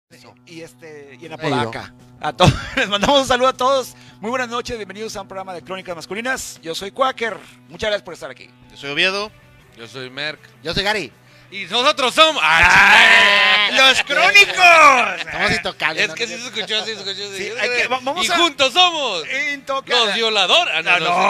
Eso. Y en Apodaca. Les mandamos un saludo a todos. Muy buenas noches, bienvenidos a un programa de Crónicas Masculinas. Yo soy Quaker. Muchas gracias por estar aquí. Yo soy Oviedo. Yo soy Merck. Yo soy Gary. Y nosotros somos... ¡Los Crónicos! Estamos intocables. Es que sí se escuchó, sí se escuchó. Sí, Y juntos somos los violadores.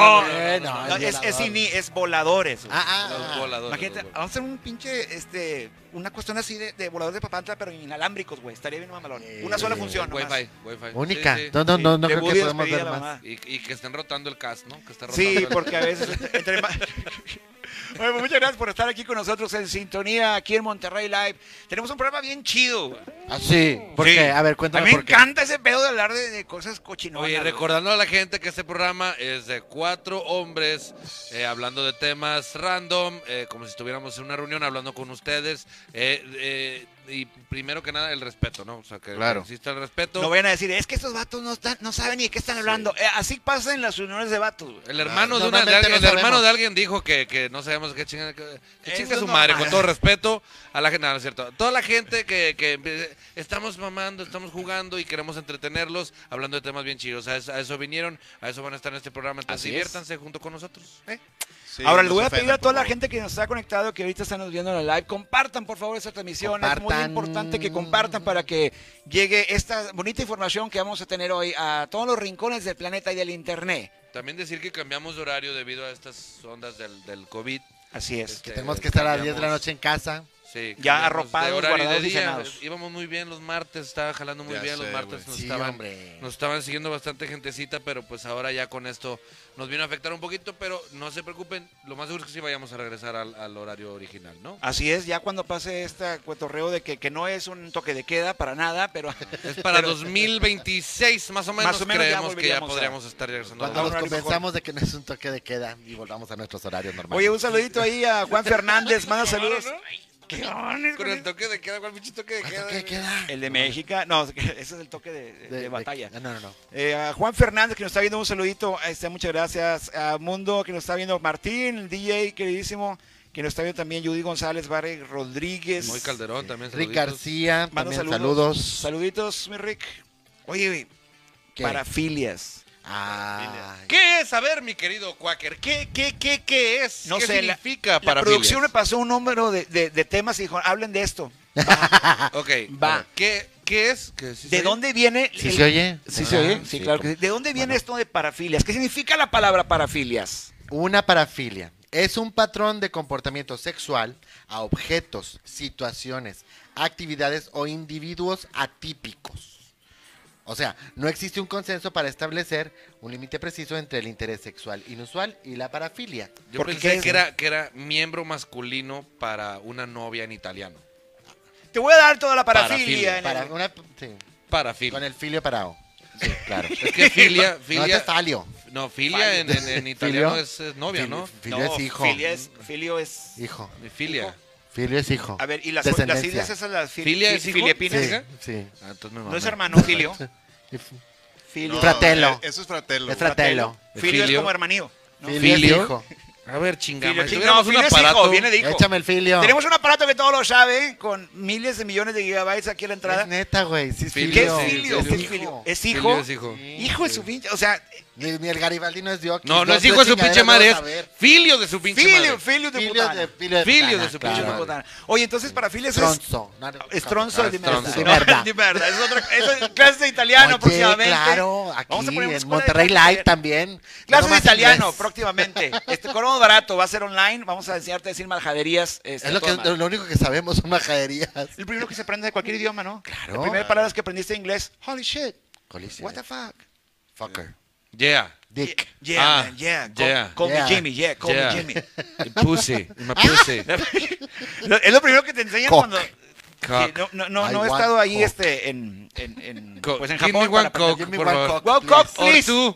Es voladores. Los voladores. Imagínate, vamos a hacer un pinche, una cuestión así de voladores de Papantla, pero inalámbricos, güey. Estaría bien mamalón. Una sola función. Wi-Fi. Única. Sí, sí. No creo que Woody podamos despedida ver la más. mamá. Y que estén rotando el cast, ¿no? Que esté rotando Sí, el- porque a veces entre más... Bueno, pues muchas gracias por estar aquí con nosotros en sintonía, aquí en Monterrey Live. Tenemos un programa bien chido, güey. Ah, sí. ¿Por Sí. qué? A ver, A cuéntame mí me por qué. encanta ese pedo de hablar de cosas cochinonas. Oye, güey. recordando a la gente que este programa es de 4 hombres hablando de temas random, como si estuviéramos en una reunión hablando con ustedes. Y primero que nada, el respeto, ¿no? O sea, que Claro. exista el respeto. No vayan a decir, es que estos vatos no saben ni de qué están hablando. Así pasa en las reuniones de vatos, güey. El hermano, Ah, de, normalmente alguien, no el hermano sabemos. de alguien dijo que no sabemos qué chinga, que Eso chinga es su madre, normal. con todo respeto a la gente, no es cierto. Toda la gente que estamos mamando, estamos jugando y queremos entretenerlos hablando de temas bien chidos. A eso vinieron, a eso van a estar en este programa. Entonces Así es. diviértanse junto con nosotros. Sí, Ahora, no le voy se a pedir ofendan, a toda por la favor. gente que nos está conectado, que ahorita están viendo en la live, compartan por favor esta transmisión. Es muy Compartan. importante que compartan para que llegue esta bonita información que vamos a tener hoy a todos los rincones del planeta y del internet. También decir que cambiamos de horario debido a estas ondas del COVID. Así es. Que tenemos que estar a las 10 de la cambiamos. noche en casa. Sí, Ya cambiamos arropados, de horario y de guardados y día. cenados. Íbamos muy bien los martes, estaba jalando muy Ya bien los sé, martes. güey. Sí, hombre. Nos estaban siguiendo bastante gentecita, pero pues ahora ya con esto nos vino a afectar un poquito, pero no se preocupen, lo más seguro es que sí vayamos a regresar al horario original, ¿no? Así es, ya cuando pase este cotorreo de que no es un toque de queda para nada, pero Es para pero- 2026, más o menos, Más o menos ya creemos que ya volveríamos a- podríamos estar regresando. Cuando un nos horario convenzamos de que no es un toque de queda y volvamos a nuestros horarios normales. Oye, un saludito ahí a Juan Fernández, manda saludos. ¿Qué onda, Con el toque de queda, ¿cuál pinche toque de ¿Cuál queda? toque de queda? El de México, no, ese es el toque de batalla. No. A Juan Fernández que nos está viendo, un saludito, muchas gracias. A Mundo que nos está viendo, Martín, el DJ queridísimo, que nos está viendo también, Judy González, Barry Rodríguez. Muy Calderón también. Rick saluditos. García, Manda también saludos. Saluditos, mi Rick. Oye, ¿Qué? parafilias. Ah, ¿Qué es? A ver, mi querido Quaker, ¿qué es? No ¿Qué sé, significa La para producción me pasó un número de temas y dijo, hablen de esto. Ok, Va. ¿Qué es? ¿Qué sí ¿De se dónde viene? ¿sí se oye? Sí se oye, sí, Sí, claro que sí. ¿De dónde viene esto de parafilias? ¿Qué significa la palabra parafilias? Una parafilia es un patrón de comportamiento sexual a objetos, situaciones, actividades o individuos atípicos. O sea, no existe un consenso para establecer un límite preciso entre el interés sexual inusual y la parafilia. Yo Porque ¿qué pensé es? que era miembro masculino para una novia en italiano. Te voy a dar toda la parafilia. Parafilia. en el- Para una, sí, Parafilia. con el filio parado. Sí, claro. Es que filia, No, este filia, es falio. no, filia en italiano es novia, ¿no? Filio es hijo. Filio es... Hijo. Mi filia. Filio es hijo. A ver, ¿y las Descendencia. filias esas las ¿Filia es hijo? filipinas? Sí, ¿Hija? sí. Ah, entonces me No mamé. es hermano, filio. Filio. No, Fratelo. Eso es fratelo. Es fratelo. Filio es Filio. como hermanío. ¿no? Filio es Filio. hijo. A ver, chingada. Filio, Si no, tuviéramos un filio es aparato, hijo, viene de hijo. Échame el filio. Tenemos un aparato que todo lo sabe, con miles de millones de gigabytes aquí a la entrada. Es neta, güey. Sí, es Filio. ¿Qué es filio. filio? Es ¿Qué es hijo. filio? ¿Es Filio hijo? es hijo. Sí. Hijo de su pinche, o sea, Ni el Garibaldi no es Dios. No, no es hijo de su pinche madre, es filio de su pinche filio, madre. filio de Filio putana. de filio de Filio putana, de su Filio pinche de madre. putana. Oye, entonces parafilias es... Stronzo. No, Estronzo Ah, de stronzo. De verdad. De verdad. Es otra, eso es clases de italiano Oye, próximamente. claro, aquí Vamos a poner una en escuela de Monterrey italiano. Live también. Clases No de más italiano inglés. próximamente. Cobro barato, va a ser online. Vamos a enseñarte a decir majaderías. Es a lo, toda que, madre. lo único que sabemos son majaderías. El primero que se aprende de cualquier idioma, ¿no? Claro. La primera palabra que aprendiste en inglés. Holy shit. Colicia. What the fuck. Fucker. Yeah. Dick. Yeah, Ah, man, yeah. yeah. Call Yeah. me Jimmy, yeah, call Yeah. me Jimmy. Pussy. My pussy. Es lo primero que te enseñan Cock. cuando... Cock. Sí, no I he want estado ahí cock. pues en Give me Japón. one para aprender. cock, Give me por one favor. cock. One cock, Or please. two.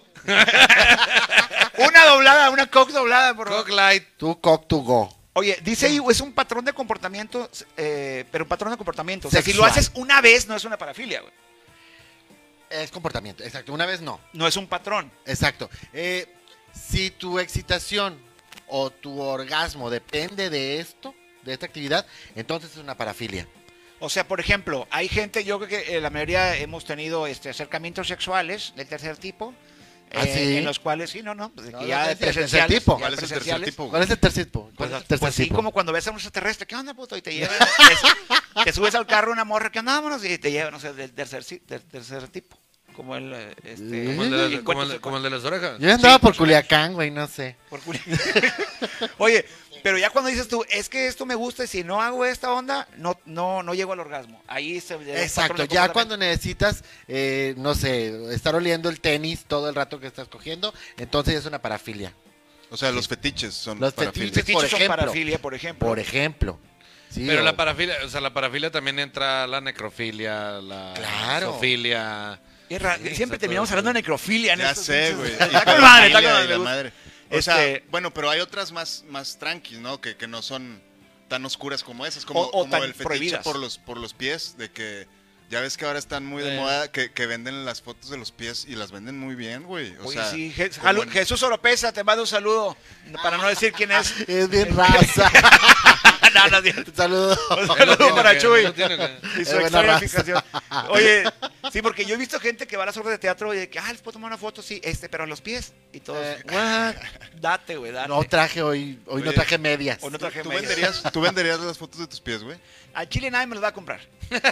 Una doblada, una cock doblada, por favor. Cock light. Tu cock to go. Oye, dice ahí, es un patrón de comportamiento, pero un patrón de comportamiento. O sea, si lo Sexual. haces una vez, no es una parafilia, güey. Es comportamiento, exacto. Una vez no. No es un patrón. Exacto. Si tu excitación o tu orgasmo depende de esto, de esta actividad, entonces es una parafilia. O sea, por ejemplo, hay gente, yo creo que la mayoría hemos tenido acercamientos sexuales del tercer tipo. ¿Ah, sí? En los cuales, sí, pues, No, que no ya sé de si el tercer presenciales. tipo. Ya ¿Cuál es el tercer presenciales. tipo? ¿Cuál es el tercer tipo? ¿Cuál Pues, es el tercer pues sí, tipo? como cuando ves a un extraterrestre, ¿qué onda, puto? Y te llevan, te subes al carro una morra, ¿qué onda, vámonos? Y te llevan, no sé, del tercer tipo. Como el, Como el de las orejas. Yo andaba Sí, por por Culiacán, güey, no sé. por culi- Oye, pero ya cuando dices tú, es que esto me gusta y si no hago esta onda, no llego al orgasmo. Ahí se Exacto, ya cuando necesitas, no sé, estar oliendo el tenis todo el rato que estás cogiendo, entonces es una parafilia. O sea, los fetiches son Los parafilia. fetiches, por por ejemplo. parafilia, por ejemplo. Por ejemplo. Sí, Pero o- la parafilia, o sea, la parafilia también entra la necrofilia, la Claro. zoofilia. Siempre terminamos hablando de necrofilia. En Ya estos sé, pinches- güey. Está con madre, está con Y madre, me la gusta. madre. O sea, Este- bueno, pero hay otras más tranquis, ¿no? Que no son tan oscuras como esas. Como, O como tan el fetiche prohibidas. por los pies, de que ya ves que ahora están muy de moda que venden las fotos de los pies y las venden muy bien, güey. O Oye, sea, sí, como en- Jesús Oropesa, te mando un saludo, para no decir quién es. Es bien raza. No, cierto. Saludos. Un saludo para Chuy. No tiene que- Y Es su buena extraña raza. fijación. Oye, sí, porque yo he visto gente que va a las obras de teatro y de que, les puedo tomar una foto, sí, pero en los pies. Y todos, What? date, güey, date. No traje hoy no Oye, traje medias. O no traje ¿Tú medias. venderías las fotos de tus pies, güey? A Chile nadie me los va a comprar.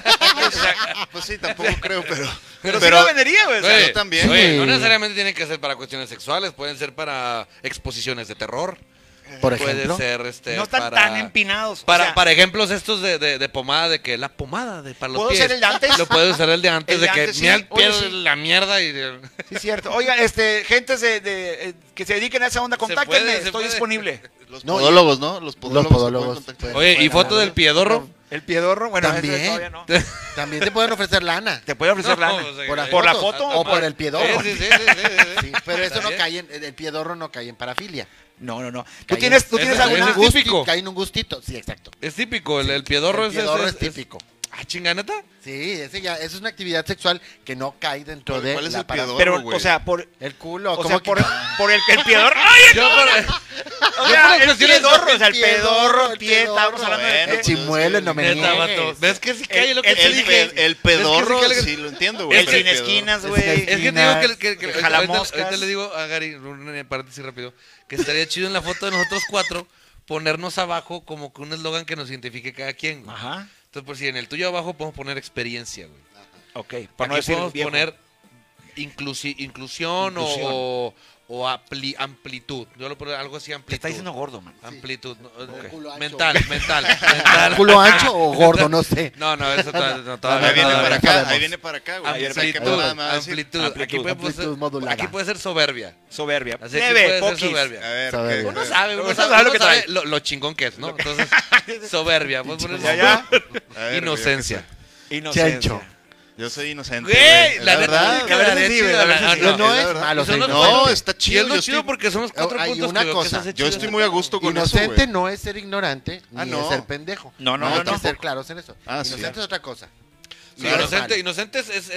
Pues sí, tampoco creo, Pero sí lo vendería, güey. o sea, Oye, yo también. oye, Sí. no necesariamente tienen que ser para cuestiones sexuales, pueden ser para exposiciones de terror. Por Puede ejemplo. ser no están para, tan empinados. Para, o sea, para ejemplos estos de pomada, de que la pomada de para los ¿puedo pies. usar el de antes? Lo puede usar el de antes, El de de que antes, sí. mira el pie Oye, de sí. la mierda y de- Sí, cierto. Oiga, gentes que se dediquen a esa onda, contáctenme, puede, se estoy puede. disponible. Los No, podólogos, ¿no? Los podólogos. se podólogos pueden contactar. pueden. Oye, y Bueno, foto del piedorro. El piedorro, bueno, También. ese todavía no. También te pueden ofrecer lana. Te puede ofrecer No, lana. o sea, Por, ¿Por la foto o por el piedorro. Sí. Sí, pero eso no También. cae el piedorro no cae en parafilia. No. ¿Tú Cae tienes ese alguna? es un gustito, típico. cae en un gustito. Sí, exacto. Es típico, el piedorro El piedorro es típico. Ah, chinganeta. Sí, esa es una actividad sexual que no cae dentro de ¿Cuál es la el para- piedorro? Pero, güey. o sea, por El culo, o ¿cómo sea, que- por el piedorro. ¡Ay, Yo por- o por sea, las el cuestiones- piedorro, o sea, el el pedorro, el pie, pedorro, estábamos hablando de bueno, El pie. chimuelo, no me Neta, niegues. vato. ¿Ves que sí cae lo que el- te dije? El pedorro, Es que sí que- sí lo entiendo, güey. El pero sin pedorro- esquinas, Es güey. que- Es que te digo que El jalamoscas. ahorita le digo a Gary, un paréntesis rápido, que estaría chido en la foto de nosotros cuatro ponernos abajo como que un eslogan que nos identifique cada quien. güey. Ajá. Entonces, por si en el tuyo abajo podemos poner experiencia, güey. Ok, para no Aquí decir podemos viejo. poner inclusión. O amplitud. Yo lo pongo algo así, Te amplitud. está diciendo gordo, man. Amplitud. no, culo ancho. mental. ¿Culo ancho o gordo? No sé. No, eso todavía Ahí viene todavía. para acá, sabemos. ahí viene para acá, güey. Amplitud, Nada más decir. amplitud. Aquí puede amplitud ser, modulada. aquí puede ser soberbia. Soberbia. Así que Leve, puede ser poquis. soberbia. A ver, Sabe, ¿qué? güey. Uno sabe, Uno sabe lo que trae. lo chingón que es, ¿no? Entonces, soberbia. Pues, poner Ya. A ver, inocencia. Inocencia. Chencho. Yo soy inocente, Güey, güey. la verdad. neta, que a veces sí, güey, a veces sí. No, no es es verdad. malo. Y son ser los inocente. No, está Y chido. es lo Yo chido estoy, porque son los cuatro Hay puntos una que veo que cosa, se hace yo chido estoy este muy a pedo. gusto con eso, Inocente güey. no es ser ignorante Ah, ni no. es ser pendejo. No, Hay que tampoco. ser claros en eso. Ah, sí. Inocente es otra cosa. Sí, No es inocente, malo. inocente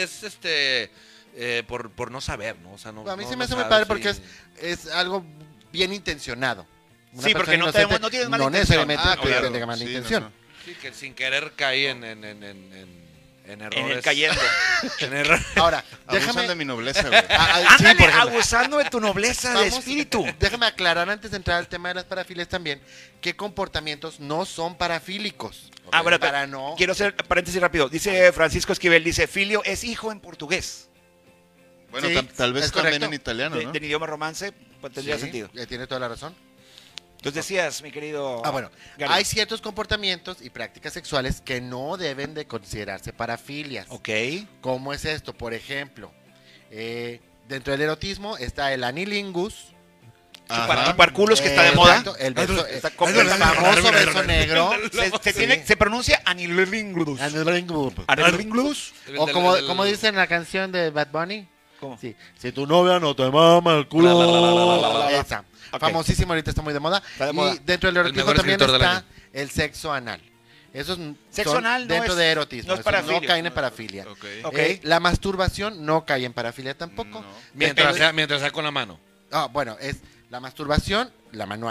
es por no saber, ¿no? O sea, no. A mí no- se no me hace muy sabes padre y- porque es algo bien intencionado. Una Sí, porque persona no inocente no tienes mala no intención. necesariamente Ah, claro. tenga mala Sí, no, intención. no. Sí, que sin querer caí en errores. En el cayendo. En error- Ahora, Abusan déjame... de mi nobleza, güey. sí, Ándale, por ejemplo. abusando de tu nobleza de Vamos, espíritu. Déjame aclarar antes de entrar al tema de las parafilias también, qué comportamientos no son parafílicos. Ah, bueno, para no... Quiero hacer paréntesis rápido. Dice Francisco Esquivel, dice, filio es hijo en portugués. Bueno, Sí, tal vez es también correcto. en italiano, ¿no? Del idioma romance, pues tendría Sí, sentido. tiene toda la razón. Entonces decías, mi querido... Bueno, Gary. hay ciertos comportamientos y prácticas sexuales que no deben de considerarse parafilias. Ok. ¿Cómo es esto? Por ejemplo, dentro del erotismo está el anilingus. Ajá. Chupar culos que está de moda. Exacto, el, verso, Está el completamente- famoso verso negro. Se pronuncia anilingludus. Anilingus. Anilingludus. O como dice en la canción de Bad Bunny. ¿Cómo? Sí, si tu novia no te mama el culo. Esa. Ok. Famosísima, ahorita está muy de moda. Está de moda. Y dentro del erotismo mejor también escritor del está año. el sexo anal. Esos Sexo son anal no dentro es- de erotismo. no es Esos parafilia. no caen en parafilia. Ok. Ok. La masturbación no cae en parafilia tampoco. No. Mientras sea con la mano. Bueno, es la masturbación, la manual.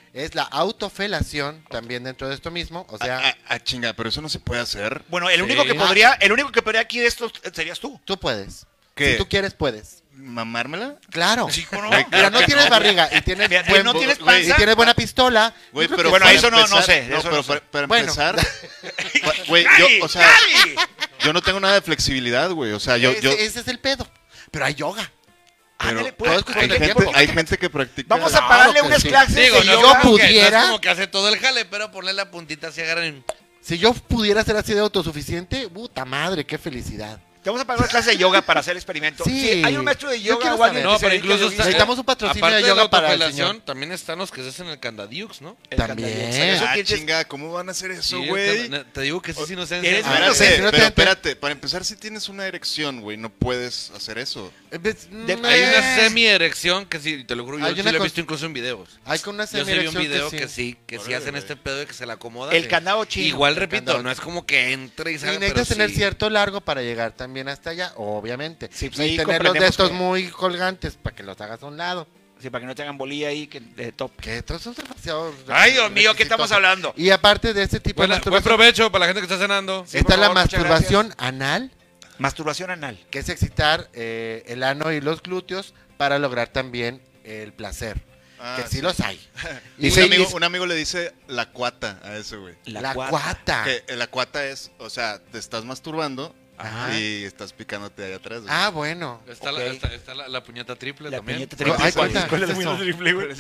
es la autofelación, también dentro de esto mismo, o sea, Chinga, pero eso no se puede hacer. Bueno, el único Sí. que podría aquí de estos serías tú. tú puedes. ¿Qué? Si tú quieres, puedes. ¿Mamármela? Claro. Sí, ¿cómo no? Mira, no tienes barriga y tienes, Mira, buen- no tienes güey, panza. y tienes buena pistola. Güey, yo creo pero que bueno, para eso no empezar- sé, de eso pero no sé. para Bueno. empezar, güey, ¡Cali! yo, o sea, ¡Cali! yo no tengo nada de flexibilidad, güey. O sea, ese es el pedo. Pero hay yoga. pero Ándale, pues. todo es cuestión de hay tiempo. gente que practica. Vamos a Claro pagarle que unas sí. clases Digo, de no, yo yoga. pudiera- no es como que hace todo el jale, pero ponerle la puntita así agarran y... Si yo pudiera ser así de autosuficiente, puta madre, qué felicidad. Te vamos a pagar unas clases de yoga para hacer el experimento. Sí. Hay un maestro de Yo yoga quiero o alguien saber. que No, se pero dedique incluso a está... yoga. Necesitamos un patrocinio aparte de de yoga la para el autofelación, señor. también están los que se hacen el candadiux, ¿no? El También. candadiux. Eso Ah, tienes- chinga, ¿cómo van a hacer eso, Sí, güey? te digo que sí es inocencia. Eres Ah, menos Espérate, inocente. pero espérate, para empezar, si tienes una erección, güey, no puedes hacer eso. Hay una semi-erección que sí, te lo juro, yo Hay sí una lo he cos- visto incluso en videos. Hay con una Yo sí vi un semierección video que sí Órale, hacen güey. este pedo de que se la acomoda. El candado chino. Igual, El repito, candado. no es como que entre y Y salga, necesitas pero tener sí. cierto largo para llegar también hasta allá, obviamente. Sí, pues y ahí tener los de comprendemos estos que- muy colgantes para que los hagas a un lado. Sí, para que no te hagan bolilla ahí que de top. Que todos son demasiado. Ay, Dios mío, ¿qué estamos requisitosos. hablando? Y aparte de este tipo de Buen masturbación, provecho para la gente que está cenando. Sí, está por la favor, muchas masturbación anal, Masturbación anal. que es excitar el ano y los glúteos para lograr también el placer. Ah, que sí los hay. Y Dice- un amigo le dice la cuata a eso, güey. La cuata. cuata. Que la cuata es, o sea, te estás masturbando Ajá. y estás picándote ahí atrás, güey. Ah, bueno. Está, Ok. está la puñeta triple La también. puñeta triple. Ay, ¿Cuál cuenta. es la ¿Qué es puñeta eso? triple, güey?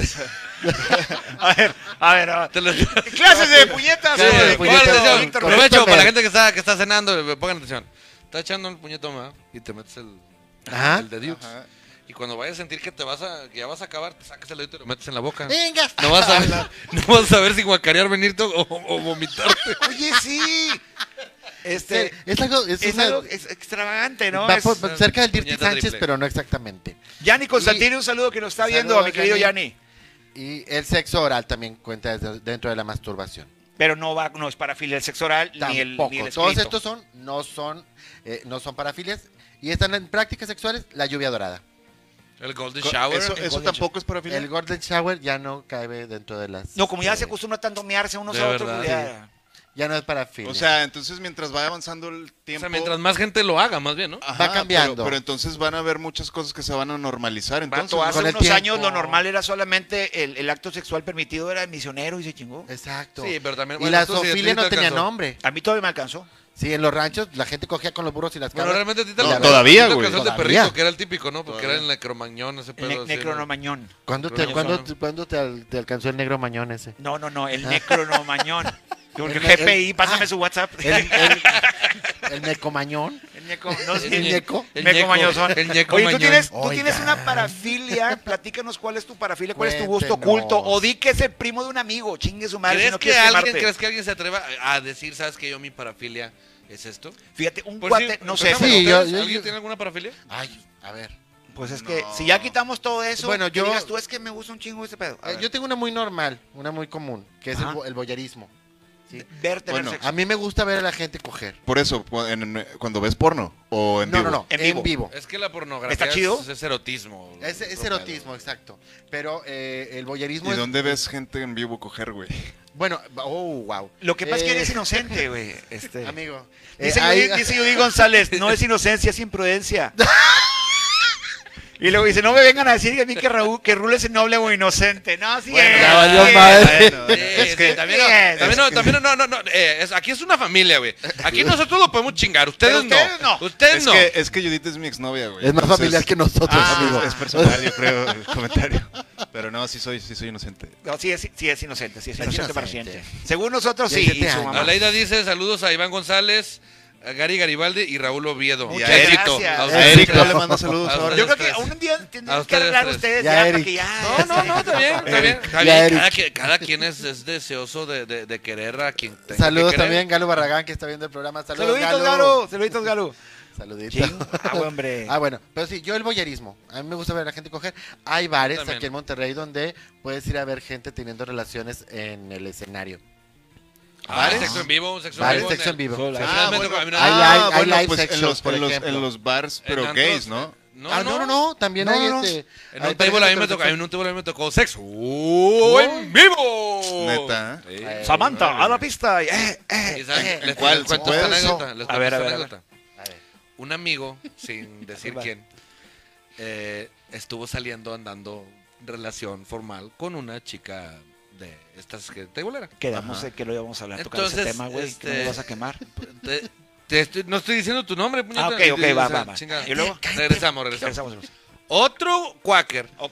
A ver. Te lo- Clases de puñetas. Sí, Clases de de pongan puñetas. atención. Víctor Con Provecho esto para la me- gente que está cenando. Pongan atención. Está echando el puñetón, ¿verdad? Y te metes Ajá. el dedillo. Ajá. Y cuando vayas a sentir que que ya vas a acabar, te sacas el dedito y lo metes en la boca. Venga. No vas a ver, no vas a ver si guacarear, venirte o vomitarte. Oye, sí. Es algo, es Es una- algo extravagante, ¿no? va Es- por- cerca del Dirty puñeta Sánchez, triple. pero no exactamente. Yanni Constantino, un saludo que nos está viendo, Saludos, mi querido Yanni. Yanni. Y el sexo oral también cuenta dentro de la masturbación. Pero no es parafilia el sexo oral ni el Tampoco. escrito. Todos estos no son parafilias y están en prácticas sexuales la lluvia dorada. El Golden Co- Shower. Eso Golden tampoco es parafilia. El golden shower ya no cabe dentro de las. No, como ya se acostumbra tanto mearse unos De a otros, verdad, pues ya. Ya no es parafilia. O sea, entonces mientras vaya avanzando el O tiempo... sea, mientras más gente lo haga, más bien, ¿no? Ajá, va cambiando. Pero entonces van a haber muchas cosas que se van a normalizar. Entonces, Vato, hace con el unos tiempo. años lo normal era solamente el acto sexual permitido era misionero y se chingó. Exacto. Sí, pero también. y bueno, la tú sí, zoofilia a ti no te tenía alcanzó. nombre. A mí todavía me alcanzó. Sí, en los ranchos la gente cogía con los burros y las Bueno, cabras. realmente a ti te No, alcanzó- todavía, a ti te güey. alcanzó el de Todavía. perrito, que era el típico, ¿no? Porque Todavía. era el necromañón, ese El pedo. sí, ¿no? necronomañón. ¿Cuándo Creo te, que cuándo, son- cuándo te alcanzó el negro mañón ese? No, el necronomañón. El- GPI, pásame su WhatsApp. El necomañón. El ñeco, no, El el ñeco. El ñeco ñeco, mañozón. el ñeco Oye, mañón. tú tienes Oigan. una parafilia. Platícanos cuál es tu parafilia, cuál es tu gusto Cuéntenos. oculto. O di que es el primo de un amigo. Chingue su madre. si ¿Crees, no que quieres quemarte. ¿Crees que alguien se atreva a decir, sabes que yo mi parafilia es esto? Fíjate, un Por cuate, si- no sé. empezamos Sí, con yo- ustedes. yo- ¿Alguien yo- tiene alguna parafilia? Ay, a ver. Pues es que No. si ya quitamos todo eso, Bueno, que yo- digas tú, es que me gusta un chingo este pedo. A ver. Yo tengo una muy normal, una muy común, que es Ajá. el voyerismo. Sí. Ver tener Bueno, sexo. A mí me gusta ver a la gente coger. por eso, cuando ves porno o en vivo. No, En en vivo. vivo. Es que la pornografía ¿Está chido? es erotismo. Es erotismo, exacto. Pero el voyerismo ¿Y es... dónde ves gente en vivo coger, güey? Bueno, wow. Lo que pasa es que eres inocente, güey. Amigo. Dice, hay- dice Judy González, no es inocencia, es imprudencia. Y luego dice, no me vengan a decir a mí que Rulo es noble o inocente. No, sí Bueno, es. ya valió sí madre. es. Bueno, Sí, es que sí, también no, es también no, también no, aquí es una familia, güey. Aquí nosotros lo podemos chingar, ustedes, Pero ustedes no. Ustedes no. es que Judith es mi exnovia, güey. Es más Entonces- familiar que nosotros, amigo. Es personal, yo creo, el comentario. Pero no, sí soy inocente. No, sí es inocente, sí es Es inocente para inocente. siempre. Según nosotros, sí. 17 Y su años. mamá. Aleida dice saludos a Iván González, a Gary Garibaldi y Raúl Oviedo. Muchas Éxito. gracias. A A ustedes Eric tres. no le manda saludos A ahora. Yo creo ustedes que tres. un día A tendrán que ustedes arreglar tres. ustedes Ya, ya, para Eric. que ya. No, está bien, está bien. Está Ya, bien. Eric. Cada quien es deseoso de querer a quien tenga Saludos que querer. también, Galo Barragán, que está viendo el programa. Saludos, Saluditos, Galo. Galo. Saluditos, Galo. Saluditos. Hombre. Ah, bueno, pero sí, yo el voyerismo. A mí me gusta ver a la gente coger. Hay bares También. aquí en Monterrey donde puedes ir a ver gente teniendo relaciones en el escenario. ¿Bares? Sexo en vivo, un sexo Bares, en vivo. sexo en vivo. Solo Sí, ahí. finalmente, a mí no- Hay live bueno, sex pues shows, por en ejemplo. los bars, En pero antros, gays, ¿no? No, también No, hay no. En hay un table a mí me tocó, heterosexual. en un table a mí me tocó sexo en vivo. Neta, Sí. Samantha, a la pista. ¿Y saben? Les ¿Cuál? cuento ¿Se esta puede eso? anécdota. Les A cuento ver, esta a ver, a anécdota. A ver. Un amigo, sin decir Va. quién, estuvo saliendo andando relación formal con una chica de estas que tabulera. Quedamos en que lo íbamos a hablar, tocar ese Entonces, tema, güey. Que no me vas a quemar. No estoy diciendo tu nombre, puñeta. Ah, ok, va. Chinga. ¿Y luego? Regresamos. Regresamos. Otro quaker. Ok.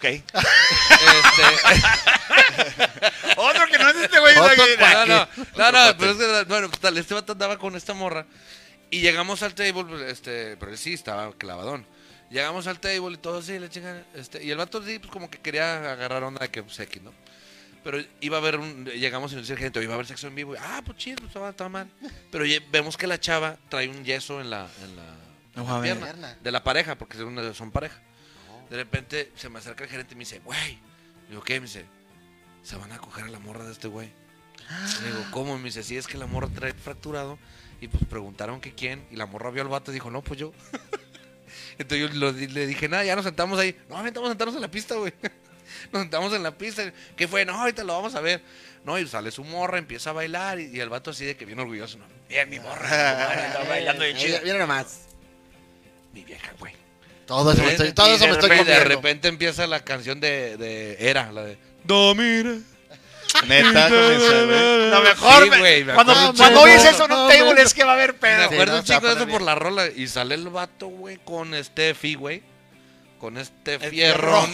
Otro que no es este güey. Otro que- cuac. No, pero es que, bueno, tal, este vato andaba con esta morra y llegamos al table, pero él sí estaba clavadón. Llegamos al table y todo así, le chingan, y el vato sí, pues como que quería agarrar onda de que, pues, X, ¿no? Pero iba a haber llegamos y nos dice el gerente, iba a haber sexo en vivo, y, pues chido, estaba mal. Pero vemos que la chava trae un yeso en la No, pierna de la pareja, porque son pareja. De repente se me acerca el gerente y me dice, güey. Digo, ¿qué? Me dice, se van a coger a la morra de este güey. Le digo, ¿cómo? Me dice, sí, es que la morra trae fracturado. Y pues preguntaron que quién. Y la morra vio al vato y dijo, no, pues yo. Entonces yo le dije, nada, ya nos sentamos ahí. No, vamos a sentarnos en la pista, güey. Nos sentamos en la pista. ¿Qué fue? No, ahorita lo vamos a ver. No, y sale su morra, empieza a bailar. Y el vato así de que bien orgulloso. ¿No? Bien, mi morra. Está bailando de chido. Mira nomás. Mi vieja, güey. Todo eso me estoy De comiendo. repente empieza la canción de Era, la de Domina. Neta, comienza, güey. Lo mejor, Sí, güey, me cuando acuerdo. oyes eso en un table es que va a haber Me pedo. Sí, acuerdo no, un se va a chico de poner eso por bien. la rola. Y sale el vato, güey, con Steffi, güey. Con este El fierrón.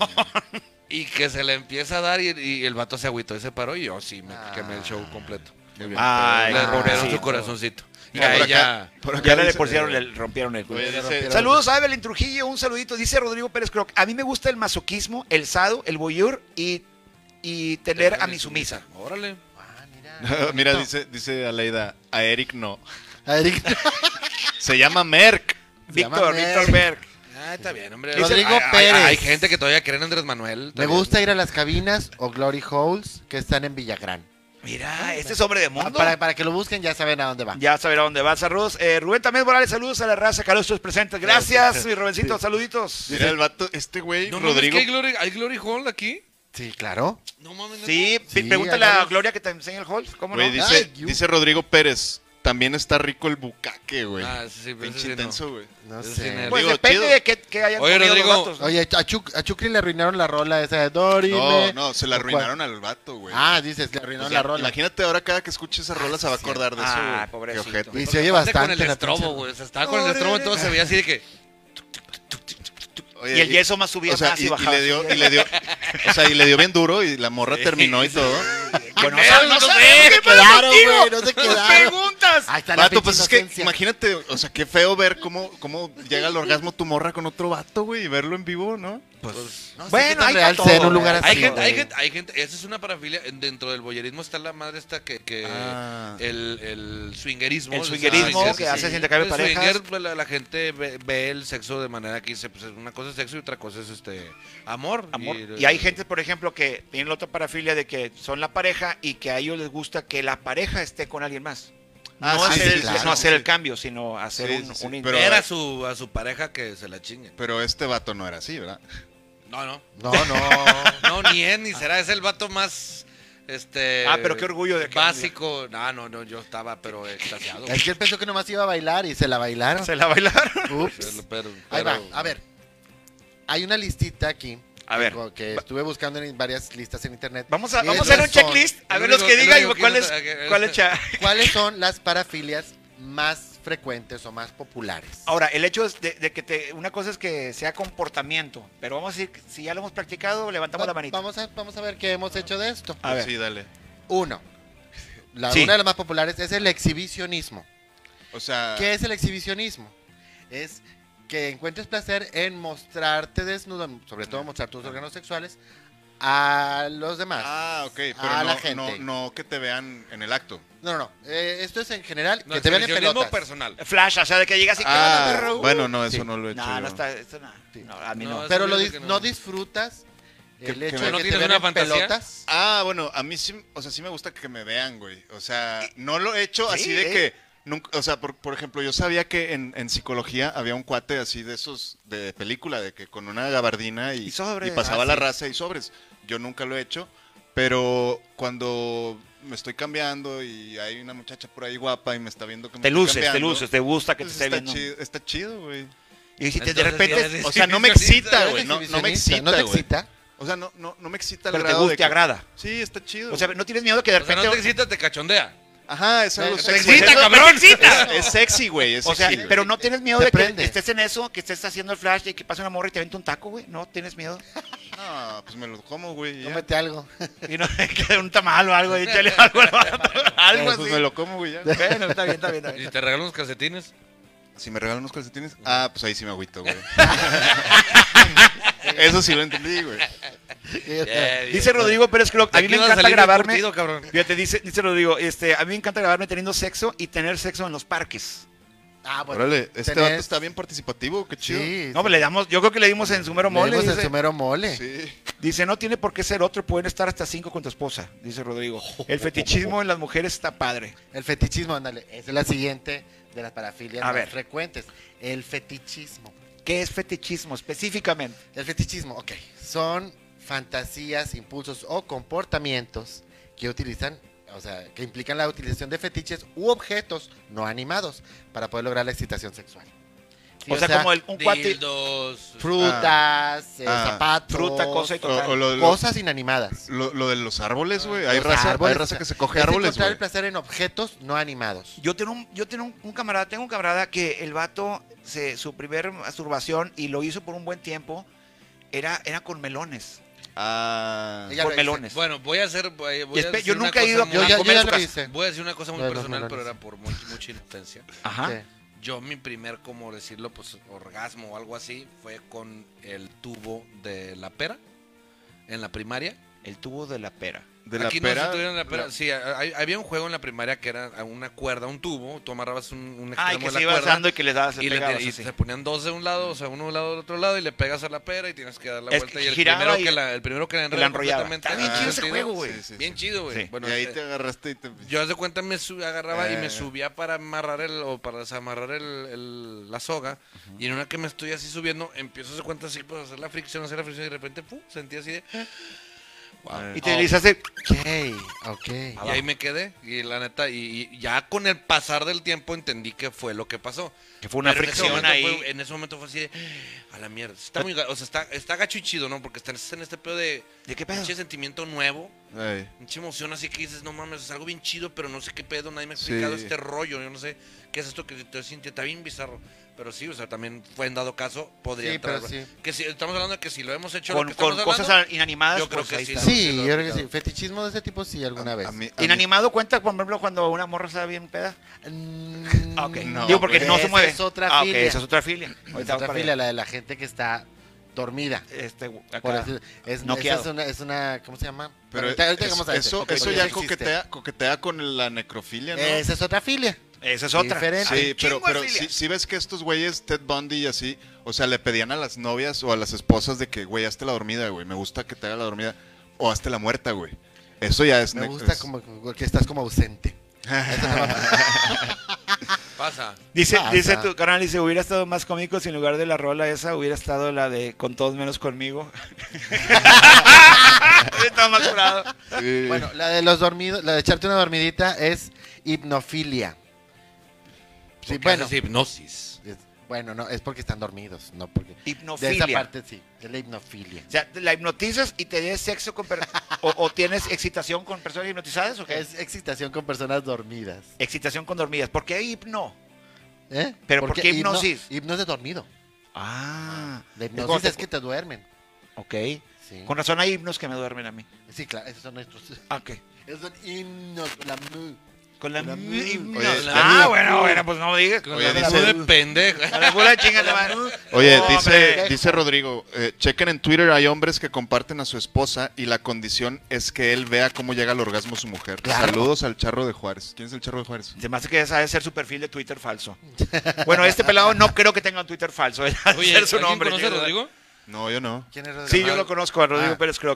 Y que se le empieza a dar y el vato se agüitó y se paró. Y yo sí me quemé el show completo. Muy bien. Ay, Le rompieron pobrecito. su corazoncito. Y Mira, a por ella. acá, por acá Ya le dice- pusieron, le rompieron el culo. Oye, dice- Saludos a Evelyn Trujillo, un saludito. Dice Rodrigo Pérez Croc, a mí me gusta el masoquismo, el sado, el voyeur y tener a mi sumisa. Órale. Ah, mira. Mira, dice Aleida, a Eric no. A Eric. Se llama Merck. Víctor Merck. Berg. Ah, está bien, hombre. Rodrigo Hay- Pérez. Hay gente que todavía cree en Andrés Manuel. está Me bien. gusta ir a las cabinas o Glory Holes que están en Villagrán. Mira, este es hombre de mundo. Para que lo busquen ya saben a dónde va. Ya sabrá dónde va. Saludos. Rubén también Morales, saludos a la raza. Carlos, tus presentes. Gracias, mi Rubencito. Saluditos. Mira el vato, este güey, No mames, Rodrigo. ¿que hay Glory Hall aquí? Sí, claro. No mames. ¿neta? Sí, Sí, pregúntale a agarra- Gloria que te enseñe el hall. ¿Cómo no? Güey, Ay, you. dice Rodrigo Pérez. También está rico el bucaque, güey. Ah, sí, pero ese Pinche sí no. intenso, güey. No Ese sé. sí no. Pues digo, depende chido. de qué hayan Oye, comido Rodrigo, los vatos. Oye, a Chucri le arruinaron la rola esa de Dorime. No, se la arruinaron al vato, güey. Ah, dices, le O arruinaron sea, la rola. Imagínate ahora cada que escuche esa rola se va a acordar de eso, güey. Ah, Qué pobrecito. ojete. Y se oye Aparte bastante. con el la estrobo, pinche- güey. O sea, estaba con el estrobo y todo se veía así de que. Oye, Y el yeso más subía o sea, más y y bajaba. le dio, o sea, y le dio bien duro y la morra terminó y todo. Bueno, no sé, sé, ¿qué se pedo quedaron, contigo? güey, no se Tus quedaron. preguntas. Ahí está la Vato, pinche pues es que inocencia. imagínate, o sea, qué feo ver cómo llega al orgasmo tu morra con otro vato, güey, y verlo en vivo, ¿no? No sé Bueno, qué tan hay real pa' sea en todo, un lugar güey. así. Hay gente, esa es una parafilia. Dentro del boyerismo está la madre esta que Ah. el swingerismo. El o sea, swingerismo sí, que sí, hace sí. intercambio de El parejas. swinger, pues, la gente ve el sexo de manera que dice, pues una cosa es sexo y otra cosa es amor. Amor. Y hay gente, por ejemplo, que tiene la otra parafilia de que son la pareja y que a ellos les gusta que la pareja esté con alguien más. Ah, no sí, hacer, sí, el, claro. no hacer el cambio, sino hacer Sí, un sí, in- pero- Ver a su pareja que se la chingue. Pero este vato no era así, ¿verdad? No. No. No, ni es, ni será. Es el vato más, pero qué orgullo de que... básico. No, yo estaba, pero extasiado. Es que él pensó que nomás iba a bailar y se la bailaron. Se la bailaron. Ups. Pero- Ahí va, pero- a ver. Hay una listita aquí. A ver. Que estuve buscando en varias listas en internet. Vamos a Y hacer un esas son- checklist, a el ver los único- que el digan único y que cuál no es, te- cuál es cha- ¿Cuáles son las parafilias más frecuentes o más populares? Ahora, el hecho es de que una cosa es que sea comportamiento, pero vamos a decir, que si ya lo hemos practicado, levantamos la manita. Vamos a ver qué hemos hecho de esto. A ver. Sí, dale. Uno. Sí. Una de las más populares es el exhibicionismo. O sea, ¿Qué es el exhibicionismo? Es que encuentres placer en mostrarte desnudo, sobre todo mostrar tus órganos sexuales a los demás. ah, ok, pero A no, la gente. no que te vean en el acto. No. Esto es en general, No, que te vean en exhibicionismo pelotas. personal. Flash, o sea, de que llegas y... ¿qué onda, perro? Bueno, no, eso Sí. no lo he hecho No, yo. no está, esto no. No, a mí no. No, Pero Eso lo dice que no. no disfrutas el Que hecho no de que te tienes vean una en fantasía. pelotas. Ah, bueno, a mí sí, o sea, sí me gusta que me vean, güey. O sea, no lo he hecho Sí, así de que nunca, o sea, por ejemplo, yo sabía que en psicología había un cuate así de esos de película, de que con una gabardina Y sobres. y pasaba la Sí. raza y sobres. Yo nunca lo he hecho, pero cuando me estoy cambiando y hay una muchacha por ahí guapa y me está viendo que me Te estoy luces, cambiando, te gusta que te pues esté viendo. está chido, güey. Y si de Entonces, repente, sí, O sea, no me excita, güey. No me Exhibicionista, excita, ¿no te güey. excita? O sea, no me excita el pero te grado gusta, de te agrada. Sí, está chido. O sea, no tienes miedo que de O sea, repente... no te excita, te cachondea. Ajá, es algo Te sexy. excita, Pues, cabrón. te excita. Es sexy, güey. Es O sea, sexy, güey. pero no tienes miedo Te de que prende. estés en eso, que estés haciendo el flash y que pase una morra y te vente un taco, güey. No, tienes miedo. No, pues me lo como, güey. y ya. Cómete algo. Y no, que un tamal o algo, échale algo al vato, algo Pues así. me lo como, güey, ya. Bueno, está bien, está bien, está Y bien. te regalan unos calcetines. Si me regalan unos calcetines, pues ahí sí me agüito, güey. Eso sí lo entendí, güey. Dice Rodrigo Pérez Clock, a mí me encanta grabarme. Cabrón. Fíjate, dice Rodrigo, a mí me encanta grabarme teniendo sexo y tener sexo en los parques. Ah, bueno. Órale, este tenés- vato está bien participativo, qué chido. Sí. No, pues le damos, yo creo que le dimos en su mero mole. Leemos el Dice, sumero mole. Sí. dice, no tiene por qué ser otro, pueden estar hasta 5 con tu esposa, dice Rodrigo. El fetichismo en las mujeres está padre. El fetichismo, ándale. Esa es la siguiente de las parafilias A más ver. frecuentes. El fetichismo. ¿Qué es fetichismo específicamente? El fetichismo, ok. Son fantasías, impulsos o comportamientos que utilizan, o sea, que implican la utilización de fetiches u objetos no animados para poder lograr la excitación sexual. Sí, o sea, como un cuate, Dildos. frutas, zapatos, fruta, cosa y total. O lo, cosas inanimadas. lo de los árboles, güey. Hay Los raza, árboles, hay raza que se coge es árboles, encontrar güey. el placer en objetos no animados. Yo tengo un camarada, tengo un camarada que el vato, su primer masturbación, y lo hizo por un buen tiempo, era con melones. Ah. Ella Con lo melones. Bueno, voy a hacer. Voy a decir yo una nunca he cosa ido muy- Yo ya comer en su lo casa. hice. Voy a decir una cosa muy Lo de los personal, melones. pero era por mucha inocencia. Ajá. Sí. Yo, mi primer, como decirlo, pues orgasmo o algo así, fue con el tubo de la pera en la primaria. El tubo de la pera. De la Aquí pera. no se tuvieron la pera. Sí, había un juego en la primaria que era a una cuerda, un tubo, tú amarrabas un Ay, extremo que de se la iba cuerda dando y que le dabas, y, pegabas se así. ponían dos de un lado, o sea, uno de un lado del otro lado y le pegas a la pera y tienes que dar la Es vuelta que y el giraba primero y- que la la enrollaba. completamente Está bien en chido ese ese juego, güey. Sí, sí, Bien sí. chido, güey. Sí. Bueno, Y ahí te agarraste y te. yo haz de cuenta agarraba y me Eh. subía para amarrar o para desamarrar la soga. Y en una que me estoy así subiendo, empiezo a hacer cuenta así, pues hacer la fricción y de repente, ¡pum! Sentí así de. Wow. Y te le hace, Ok. Y ahí me quedé. Y la neta, y ya con el pasar del tiempo entendí que fue lo que pasó. que fue una Pero en ese fricción momento ahí. en ese momento fue así de. A la mierda. Está muy, o sea, está gacho y chido, ¿no? Porque estás en este pedo de. ¿De qué pedo? Pinche sentimiento nuevo. Ay. Mucha emoción, así que dices, no mames, es algo bien chido, pero no sé qué pedo, nadie me ha Sí. explicado este rollo, yo no sé qué es esto que te sientes, está bien bizarro. Pero sí, o sea, también fue en dado caso, podría Sí, entrar. pero sí. Que si estamos hablando de que si lo hemos hecho Con lo que estamos cosas hablando, inanimadas, yo creo pues que ahí sí. está. Sí, Sí, yo lo he creo que sí. aplicado. Fetichismo de ese tipo sí, alguna vez. A mí- ¿Inanimado cuenta, por ejemplo, cuando una morra está bien peda? Ah, Ok. No, Digo, porque güey. no se Esa mueve. es otra Ah, ok, filia. esa es otra filia. Es Ahorita vamos otra para fila, allá. la de la gente que está dormida. Acá. Por así- esa Noqueado. es una, ¿cómo se llama? Pero Bueno, ahorita llegamos a ese. eso, Ok, eso porque ya existe. coquetea con la necrofilia, ¿no? Esa es otra filia. Esa es otra. Diferente. Sí, Hay pero, chingo de pero filias. sí ves que estos güeyes, Ted Bundy y así, o sea, le pedían a las novias o a las esposas de que, güey, hazte la dormida, güey, me gusta que te haga la dormida, o hazte la muerta, güey. Eso ya es... Me gusta como que estás como ausente. Eso no va- Pasa. Dice Pasa. tu canal, dice, hubiera estado más cómico si en lugar de la rola esa hubiera estado la de con todos menos conmigo. Hubiera estado más curado. Sí. Bueno, la de los dormidos, la de echarte una dormidita es hipnofilia. Sí, Porque bueno. haces hipnosis. Bueno, no, es porque están dormidos, no porque... De Hipnofilia. esa parte sí, es la hipnofilia. O sea, ¿la hipnotizas y te des sexo con o tienes excitación con personas hipnotizadas o qué? Es excitación con personas dormidas. Excitación con dormidas. ¿Por qué hipno? ¿Eh? ¿Pero por qué hipnosis? Hipnosis de dormido. Ah. La como hipnosis te- es que te duermen. Ok. Sí. Con razón hay himnos que me duermen a mí. Sí, claro, esos son nuestros... Ok. Esos son himnos, la mu. Con la La himnos. Oye, Ah, bueno, pues no me digas. Con Oye, la dice- de pendejo. A la pura chinga te van. Oye, No, dice, hombre. dice Rodrigo, chequen en Twitter, hay hombres que comparten a su esposa y la condición es que él vea cómo llega al orgasmo su mujer. Claro. Saludos al Charro de Juárez. ¿Quién es el Charro de Juárez? Se me hace que esa debe ser su perfil de Twitter falso. Bueno, este pelado no creo que tenga un Twitter falso. Debe Oye, ser su ¿alguien nombre. conoce a Rodrigo? No, yo no. ¿Quién es Rodrigo? Sí, yo lo conozco, a Rodrigo Ah. Pérez Croc.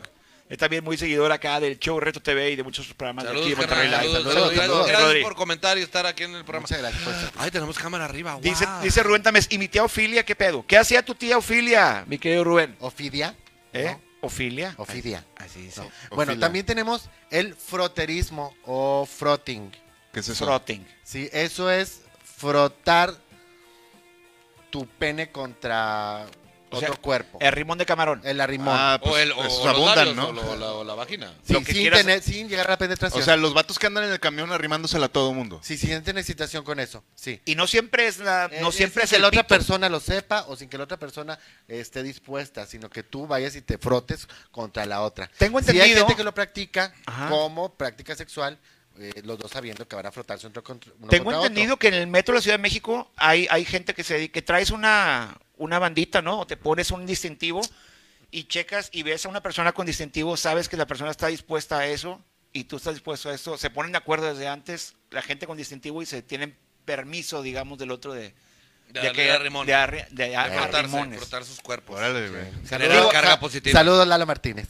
Es también muy seguidor acá del show Reto TV y de muchos programas de aquí de Saludos, Monterrey carnal, Live. saludos. Saludos, Gracias Rodri. por comentar y estar aquí en el programa. Muchas gracias por eso. Ay, tenemos cámara arriba. Wow. Dice Rubén Tamés, ¿y mi tía Ofilia qué pedo? ¿Qué hacía tu tía Ofilia, mi querido Rubén? Ofidia. ¿Eh? ¿no? ¿Ofilia? Ofidia. Así dice. No. Bueno, Ofilia. también tenemos el froterismo o frotting. ¿Qué es eso? Frotting. Sí, eso es frotar tu pene contra O otro sea, cuerpo. El rimón de camarón. El arrimón. Ah, pues o esos los abundan, labios, ¿no? o la vagina. Sí, lo que sin, quieras- sin llegar a la penetración. O sea, los vatos que andan en el camión arrimándosela a todo mundo. si sienten excitación con eso, sí. Y no siempre es la, no siempre sin es que el la otra pito. persona lo sepa o sin que la otra persona esté dispuesta, sino que tú vayas y te frotes contra la otra. Tengo Sí hay entendido- gente que lo practica Ajá. como práctica sexual, los dos sabiendo que van a frotarse uno Tengo contra entendido otro. que en el metro de la Ciudad de México hay gente que que traes una bandita, ¿no? O te pones un distintivo y checas y ves a una persona con distintivo, sabes que la persona está dispuesta a eso y tú estás dispuesto a eso. Se ponen de acuerdo desde antes la gente con distintivo y se tienen permiso, digamos, del otro de darle arrimón. de Frotarse, arrimones. frotar sus cuerpos. Órale, güey. Generar Saludos- carga sa- positiva. Saludos, Lalo Martínez.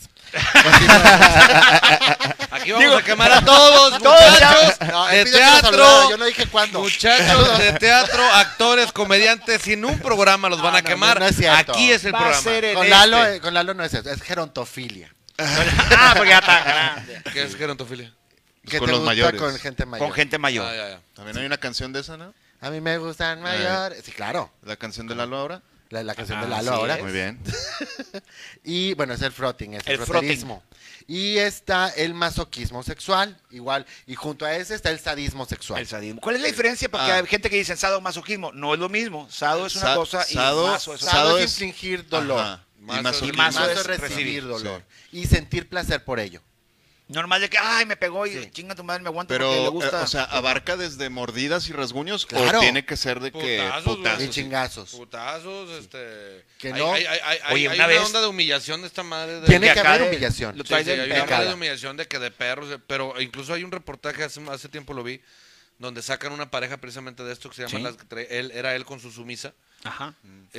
Aquí vamos a quemar a todos, todos muchachos No, de él pidió que lo saludara, teatro. yo no dije cuándo. Muchachos de teatro, actores, comediantes, sin un programa los van a no, quemar. no es cierto. Aquí es el Va a programa. ser en Con Lalo no es eso, es gerontofilia. Ah, porque ya está grande. ¿Qué es gerontofilia? Que Con te los gusta mayores. con gente mayor. Con gente mayor. Ah, ya. También hay una canción de esa, ¿no? A mí me gustan mayores. Sí, claro. La canción de Lalo ahora. La canción de Ah, Lalo sí ahora. es. Muy bien. Y bueno, es el frotting, es el El froterismo. Y está el masoquismo sexual, igual. Y junto a ese está el sadismo sexual. El sadismo. ¿Cuál es la diferencia? Porque Ah. hay gente que dice sadomasoquismo. No es lo mismo. Sado es una Sa- cosa sado- y maso es otra. Sado Sado es es- infligir dolor. Ajá. Mazo- Y masoquismo. y mazo Maso es es recibir recibir, dolor. Y sentir placer por ello. Normal de que, ay, me pegó y Sí. chinga tu madre, me aguanto Pero, porque le gusta. o sea, ¿abarca desde mordidas y rasguños? Claro. ¿O tiene que ser de que Putazos, putazos? güey. Y chingazos. Putazos, Que hay, no. hay Oye, hay una una vez- onda de humillación de esta madre. De, Tiene que que acá haber de- humillación. lo Sí, traes sí, del hay una onda de pecado. humillación de que de perros, pero incluso hay un reportaje hace tiempo lo vi, donde sacan una pareja precisamente de esto que se llama Sí. las que era él con su sumisa, Ajá.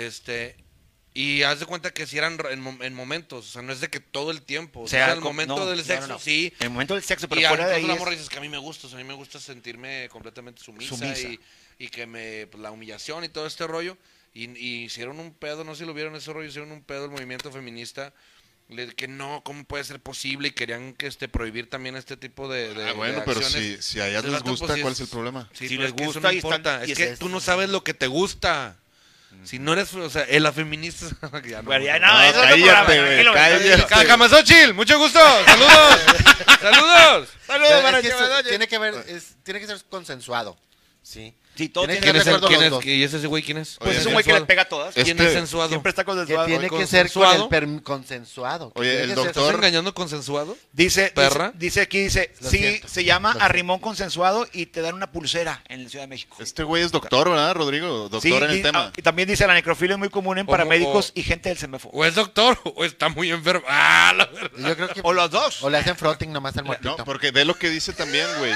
y haz de cuenta que si eran en momentos, o sea, no es de que todo el tiempo, o sea, sea, el como- momento no, del no, sexo, no. sí. En el momento del sexo, pero Y fuera de ahí. incluso la es- morra dices que a mí me gusta, o sea, a mí me gusta sentirme completamente sumisa. Sumisa. Y que pues, la humillación y todo este rollo, y hicieron un pedo, no sé si lo vieron ese rollo, hicieron un pedo el movimiento feminista, que no, ¿cómo puede ser posible? Y querían que prohibir también este tipo de Bueno, de pero acciones. si a ellas El les vato, gusta, pues, sí ¿cuál es el problema? Sí, Si pero les es que eso gusta no y están- importa, y es que es- tú no sabes lo que te gusta. Si no eres, o sea, la feminista... ya no, Bueno, ya no. no, eso es otro programa, cállate, güey, tranquilo, cállate. Camasochil, mucho gusto, saludos, saludos. Saludos Pero para es que eso Chavadoye. tiene que ver, tiene que ser consensuado. Sí. Sí, todo Tiene tiene que que ser ver. de acuerdo ¿Quién los es? dos. ¿Y ese güey quién es? Pues Oye, es un güey que le pega a todas. ¿Quién Este- es sensuado? Siempre está Que consensuado. tiene que consensuado. ser con el consensuado. que Oye, tiene el que ser- ¿Estás doctor- engañando consensuado? Dice, Perra. dice aquí, dice, Lo sí, siento. se llama Lo siento. arrimón consensuado y te dan una pulsera en la Ciudad de México. Este güey es doctor, ¿verdad, Rodrigo? Doctor Sí, en el y, tema. y también dice, la necrofilia es muy común en O- paramédicos o- y gente del CEMEFO. ¿O es doctor o está muy enfermo? Ah, la verdad. Yo creo que O los dos. o le hacen frotting nomás al muertito. No, porque ve lo que dice también, güey.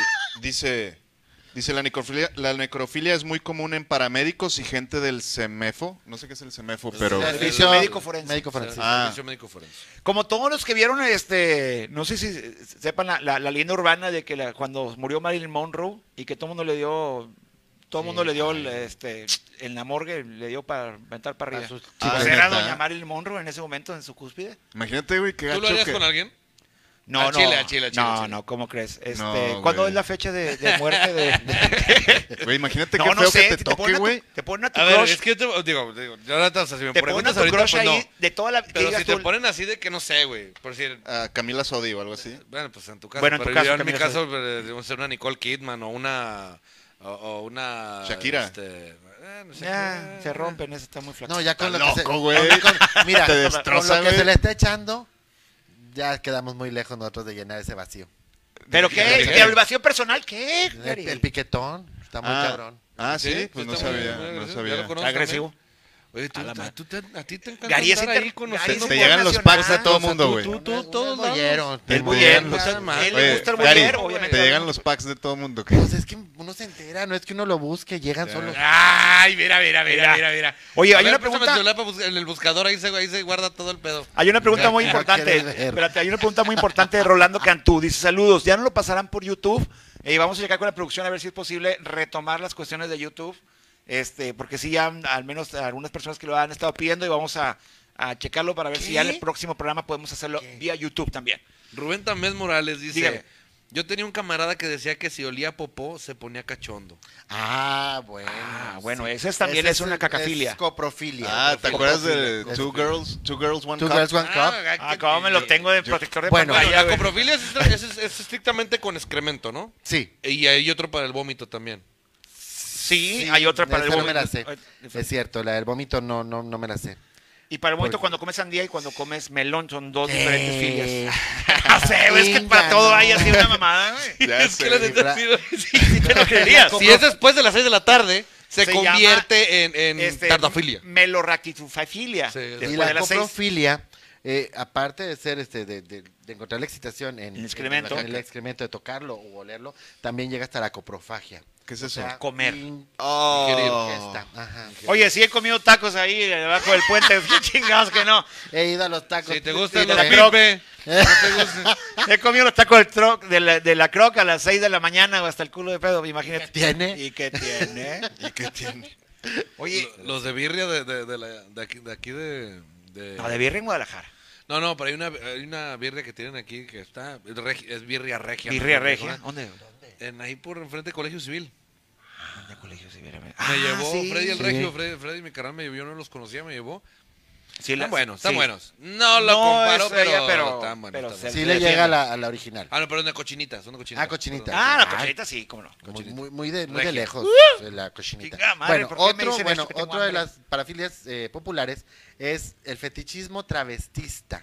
Dice la necrofilia es muy común en paramédicos y gente del CEMEFO. No sé qué es el CEMEFO, pero... Servicio médico forense. Médico forense. Ah. Servicio médico forense. Como todos los que vieron, no sé si sepan la leyenda urbana de que cuando murió Marilyn Monroe y que todo el mundo le dio, en la morgue, le dio para aventar para arriba. A sus Pues chicas. era ¿neta? doña Marilyn Monroe en ese momento, en su cúspide. Imagínate, güey, qué ¿Tú gacho lo harías que... con alguien? No, Al no. chile, al chile, al chile, no, al chile. no, ¿cómo crees? No, ¿Cuándo güey. es la fecha de muerte de- Güey, imagínate No, qué no feo sé, que te toque, güey. te ponen a tu A ver, crush, es que digo, yo ahorita, o sea, si me te ponen a preguntas tu ahorita, crush pues ahí no. de toda la... que Pero digas si te tú, ponen así de que no sé, güey, por decir, A Camila Sodi o algo así. bueno, pues en tu caso, Bueno, en tu pero caso, yo en mi Camila caso, debemos ser una Nicole Kidman o una... O una... Shakira. No sé ya, qué. se rompen, eso está muy flaco. No, ya con Está lo que loco, se, güey. mira, Te con destroza, lo que se güey. le está echando, ya quedamos muy lejos nosotros de llenar ese vacío. ¿Pero ¿Qué? qué? ¿Qué? ¿Que el vacío personal qué? El piquetón está muy cabrón. Sí, pues no está muy- sabía, muy no agresivo, sabía. ya lo conozco Agresivo. también. Oye, A la madre. a ti te encanta Gary es andar ahí Gary conociendo. es Te llegan los internacional. packs de todo O sea, mundo, güey. todos Un lados. bollero. El Te boyer, llegan o sea, los- él le Oye, gusta el Gary, boyer, obviamente. te llegan los packs de todo mundo. Pues es que uno se entera, no es que uno lo busque, llegan Ya. solos. Ay, mira. Oye, A hay ver, una préstame pregunta. el celular en el buscador, ahí se guarda todo el pedo. Hay una pregunta muy Ya importante. quieres ver. Espérate, hay una pregunta muy importante de Rolando Cantú. Dice, saludos, ya no lo pasarán por YouTube. Vamos a llegar con la producción a ver si es posible retomar las cuestiones de YouTube. Porque sí, ya al menos algunas personas que lo han estado pidiendo y vamos a checarlo para ver si ya en el próximo programa podemos hacerlo vía YouTube también. Rubén Tamés Morales dice, Dígame. yo tenía un camarada que decía que si olía popó se ponía cachondo. Ah, bueno. Bueno, ese también es una cacafilia. Es coprofilia. Ah, ¿te acuerdas de Coprofilia. Two Girls, One Two Cup? Girls, One Cup. Ah, cómo me lo tengo de protector de Bueno, pantalla, La güey. coprofilia es estrictamente con excremento, ¿no? Sí. Y hay otro para el vómito también. Sí, hay otra para el esa no me la sé. vómito. Es cierto, la del vómito no me la sé. Y para el momento Porque- cuando comes sandía y cuando comes melón son dos ¿Qué? diferentes filias. No sé, güey, es que para Venga, todo no. hay así una mamada, güey. Ya Es que sé, la güey. neta, Sí te lo creerías. si es después de las 6 de la tarde, se Se convierte en Este, tardafilia. Melorractifilia. Sí, Después Y de la las 6. coprofilia, aparte de ser de encontrar la excitación en El excremento. en el excremento, de tocarlo o olerlo, también llega hasta la coprofagia. ¿Qué es eso? O sea, Comer. Oh. ingesta. Ajá. Oye, sí he comido tacos ahí debajo del puente. Qué chingados que no. He ido a los tacos. Si te gustan Sí, los la- pipe, no te gustan. He comido los tacos de la croca a las 6 de la mañana o hasta el culo de pedo, imagínate. ¿Qué tiene? ¿Y qué tiene? ¿Y qué tiene? Oye, Los de birria de aquí no, de birria en Guadalajara. No, pero hay una birria que tienen aquí que es birria regia. Birria ¿no? regia. ¿Dónde? Ahí por enfrente del Colegio Civil. ¿Dónde colegio se viera? Me llevó sí. Freddy el sí. Regio, Freddy mi carnal me llevó, yo no los conocía, me llevó. Sí, Están buenos, sí. están buenos. No lo No comparo, es ella, pero, pero- están buenos. pero están se- buenos. Sí Se le defiende. llega a la original. Ah, no, pero son de cochinitas, Ah, cochinita. Ah, la Ay, cochinita sí, cómo no. muy de Regia. lejos la cochinita. Chingada madre, Bueno, ¿por qué me otro, dicen bueno, esto que tengo otra de hambre? las parafilias populares es el fetichismo travestista.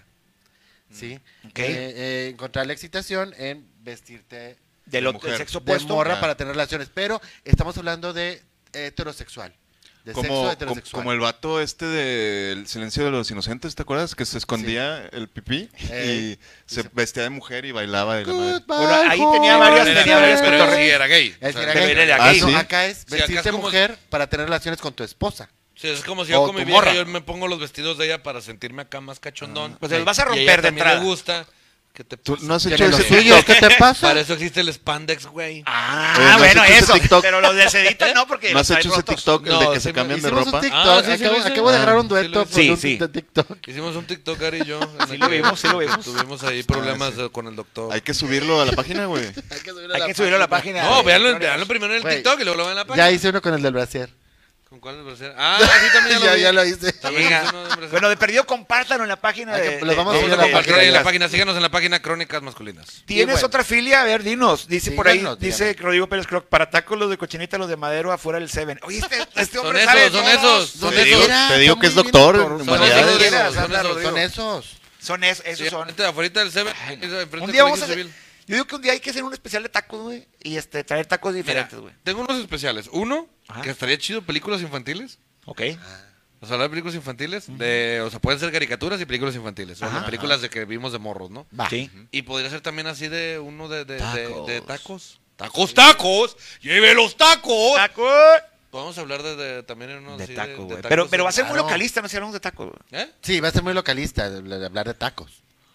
¿Sí? Ok. Encontrar la excitación en vestirte Del mujer. sexo de opuesto. morra Ya. para tener relaciones, pero estamos hablando de heterosexual. De sexo Como heterosexual. el vato del Silencio de los Inocentes, ¿te acuerdas? Que se escondía el pipí y se vestía de mujer y bailaba de la madre. Bueno, ahí tenía varias- tenía varias pero cotorreos. sí era gay. Es O sea, que era pero gay. era gay. No, ¿sí? acá es Sí, acá vestirte es como- mujer para tener relaciones con tu esposa. Sí, es como si O yo con mi tu vieja morra. yo me pongo los vestidos de ella para sentirme acá más cachondón. Pues se los vas a Y romper ella de también entrada. le gusta. ¿Qué te ¿Tú pasa? no has hecho ¿Tiene los ese suyos? ¿Qué te pasa? Para eso existe el spandex, güey. Ah, Oye, ¿no has bueno, hecho ese eso. TikTok? Pero los de sedita no, porque ¿No has los hecho traen ese rotos. TikTok, el No, de que sí se me- cambian de Hicimos un ropa? TikTok. Ah, sí, sí lo acabo, hice. acabo de agarrar un Sí, dueto lo con hice. un Sí, sí. TikTok. Hicimos un TikTok, Gary y yo. en Sí el lo que vimos, sí lo vimos. Tuvimos ahí problemas con el doctor. Hay que subirlo a la página, güey. Hay que subirlo a la página. No, de- véanlo primero en el Güey, TikTok y luego lo ven en la página. Ya hice uno con el del brasier. ¿Con cuál es el Ah, sí, también ya lo vi. Ya lo hice. También Venga. hice uno de Brasil. Bueno, de perdido compártanlo en la página Hay que- de... los vamos a Vamos subir a a la compartir ahí en la página. página. Síganos en la página Crónicas Masculinas. ¿Tienes bueno. otra filia? A ver, dinos. Dice por ahí, Díganos, dice díganos. Rodrigo Pérez Croc, para tacos los de cochinita, los de madero afuera del Seven. Oye, este Son hombre esos, sabe son todos. esos, son Te digo, esos. Mira, te digo está que es muy bien, doctor doctor. en Son humanidades. esos, Quieras, son anda, esos. Rodrigo. Son esos. Esos Sí, son. afuera del Seven, enfrente Un del día vamos Colegio a hacer, Civil. yo digo que un día hay que hacer un especial de tacos, güey, y traer tacos Mira, diferentes, güey. tengo unos especiales. Uno, Ajá. que estaría chido, películas infantiles. Ok. O sea, hablar de películas infantiles. O sea, pueden ser caricaturas y películas infantiles. O Ajá, películas de que vimos de morros, ¿no? Va. Sí. Y podría ser también así de uno de Tacos. tacos. ¡Tacos! ¡Lleve los tacos! ¡Tacos! Podemos hablar también en uno De así taco, güey. tacos Pero va a ser muy Claro. localista, no si hablamos de tacos, güey. ¿Eh? Sí, va a ser muy localista de hablar de tacos.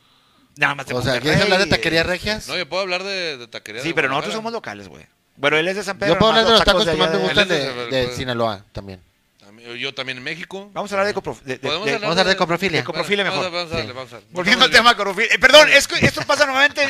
Nada más de O sea, Monterrey, ¿quieres hablar de taquerías regias? No, yo puedo hablar de taquería. Sí, de pero nosotros Guadalajara. somos locales, güey. Bueno, él es de San Pedro. Yo puedo hablar de nomás los tacos que allá más me de- gustan Él es de de- Sinaloa también. Yo también en México. Vamos a hablar de coprofilia. Podemos Vamos a hablar de coprofilia. de coprofilia Bueno, mejor. Vamos a darle, vamos a darle. Volviendo al tema coprofilia. Perdón, es que esto pasa normalmente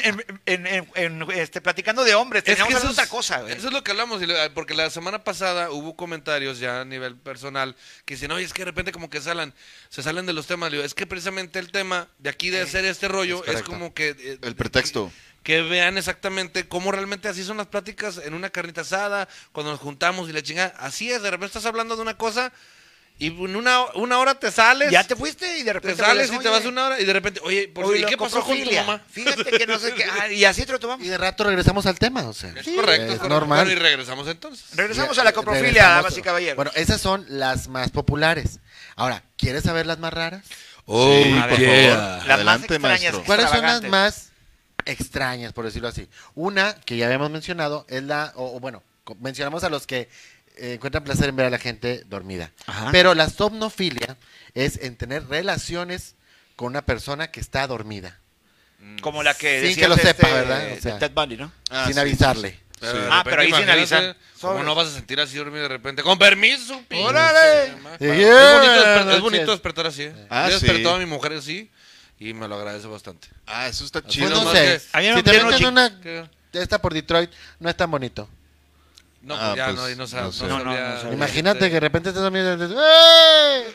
platicando de hombres. Es que Teníamos que hacer eso otra es- cosa, güey. Eso es lo que hablamos, porque la semana pasada hubo comentarios ya a nivel personal que dicen, oye, es que de repente como que se salen de los temas. Le digo, es que precisamente el tema de aquí de hacer este rollo es es, correcto. como que... El pretexto. Que vean exactamente cómo realmente así son las pláticas en una carnita asada, cuando nos juntamos y la chingada. Así es, de repente estás hablando de una cosa Y en una hora te sales. Ya te fuiste y de Te repente sales y regresas, te vas oye, una hora y de repente, oye, oye, ¿y qué pasó con tu coprofilia. mamá? Fíjate que no sé qué. Y así te lo tomamos. Y de rato regresamos al tema, o sea. Es correcto, es correcto. normal. Bueno, y regresamos entonces. Regresamos a la coprofilia, Regresamos. damas y caballeros. Bueno, esas son las más populares. Ahora, ¿quieres saber las más raras? Oh, Sí, a ver, yeah. las más Adelante, extrañas, maestro. ¿Cuáles son las extravagantes. más extrañas, por decirlo así? Una que ya habíamos mencionado es mencionamos a los que encuentran placer en ver a la gente dormida. Ajá. Pero la somnofilia es en tener relaciones con una persona que está dormida, Como la que Sin decías que lo de sepa, ¿verdad? O de sea, Ted Bundy, ¿no? Ah, sin sí, avisarle. Pero, de Sí. repente, Pero ahí sin imagínate, avisar. ¿Cómo Sobres. no vas a sentir así dormido de repente? ¡Con permiso! pinche ¡Órale! madre! Sí, Es bonito noches. despertar así. Ah, Yo sí. despertó a mi mujer así y me lo agradece bastante. Ah, eso está Pues chido. Pues no nomás sé, A mí me si te metieron meten una ¿Qué? esta por Detroit, no es tan bonito. No, Ah, pues ya pues, no, y no, no sé. No, no, no sabía. Imagínate que de repente estás dormido y dices, ¡ey!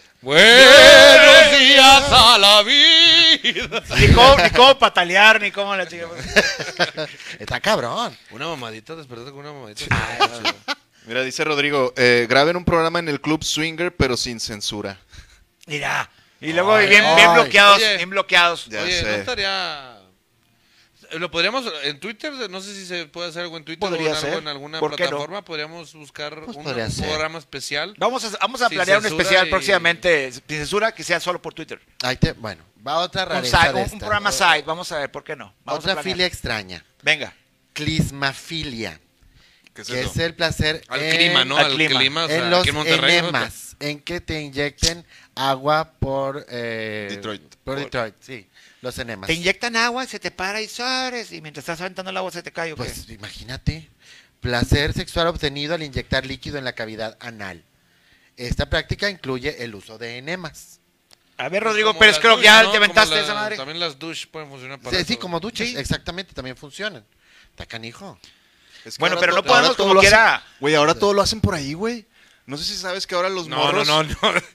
Buenos días a la vida. Ni cómo patalear, ni cómo la chica. Está cabrón. Una mamadita, despertaste con una mamadita. Mira, dice Rodrigo, graben un programa en el club Swinger, pero sin censura. Mira. Y luego Ay, bien ay. bloqueados, Oye. bien bloqueados. Ya Oye, sé. no estaría... Lo podríamos en Twitter, no sé si se puede hacer algo en Twitter Podría o en, algo, ser. en alguna ¿Por qué no? plataforma. Podríamos buscar Pues un podría ser. programa especial. Vamos a Sin planear un censura especial y- próximamente, sin censura, que sea solo por Twitter. Bueno, va otra Un, rareza de un esta. programa side, vamos a ver, ¿por qué no? Vamos a Otra planear. filia extraña, Venga. clismafilia, ¿Qué es que eso? es el placer Al en, clima, ¿no? al Al clima. clima, o sea, en los aquí en Monterrey. ¿no? enemas, en que te inyecten agua por Detroit. Por Detroit, sí, los enemas. Te inyectan agua, se te para y sobres, y mientras estás aventando el agua se te cae, ¿o qué? Pues imagínate, placer sexual obtenido al inyectar líquido en la cavidad anal. Esta práctica incluye el uso de enemas. A ver, Rodrigo Como Pérez, las creo que douche, ya ¿no? te Como aventaste la- esa madre. También las douche pueden funcionar para Sí, eso. sí, como duchas, Sí. exactamente, también funcionan. Está canijo. Es que Bueno, ahora pero no to- ahora podemos todo como lo hacen- quiera. Güey, ahora todo lo hacen por ahí, güey. No sé si sabes que ahora los No, morros... no.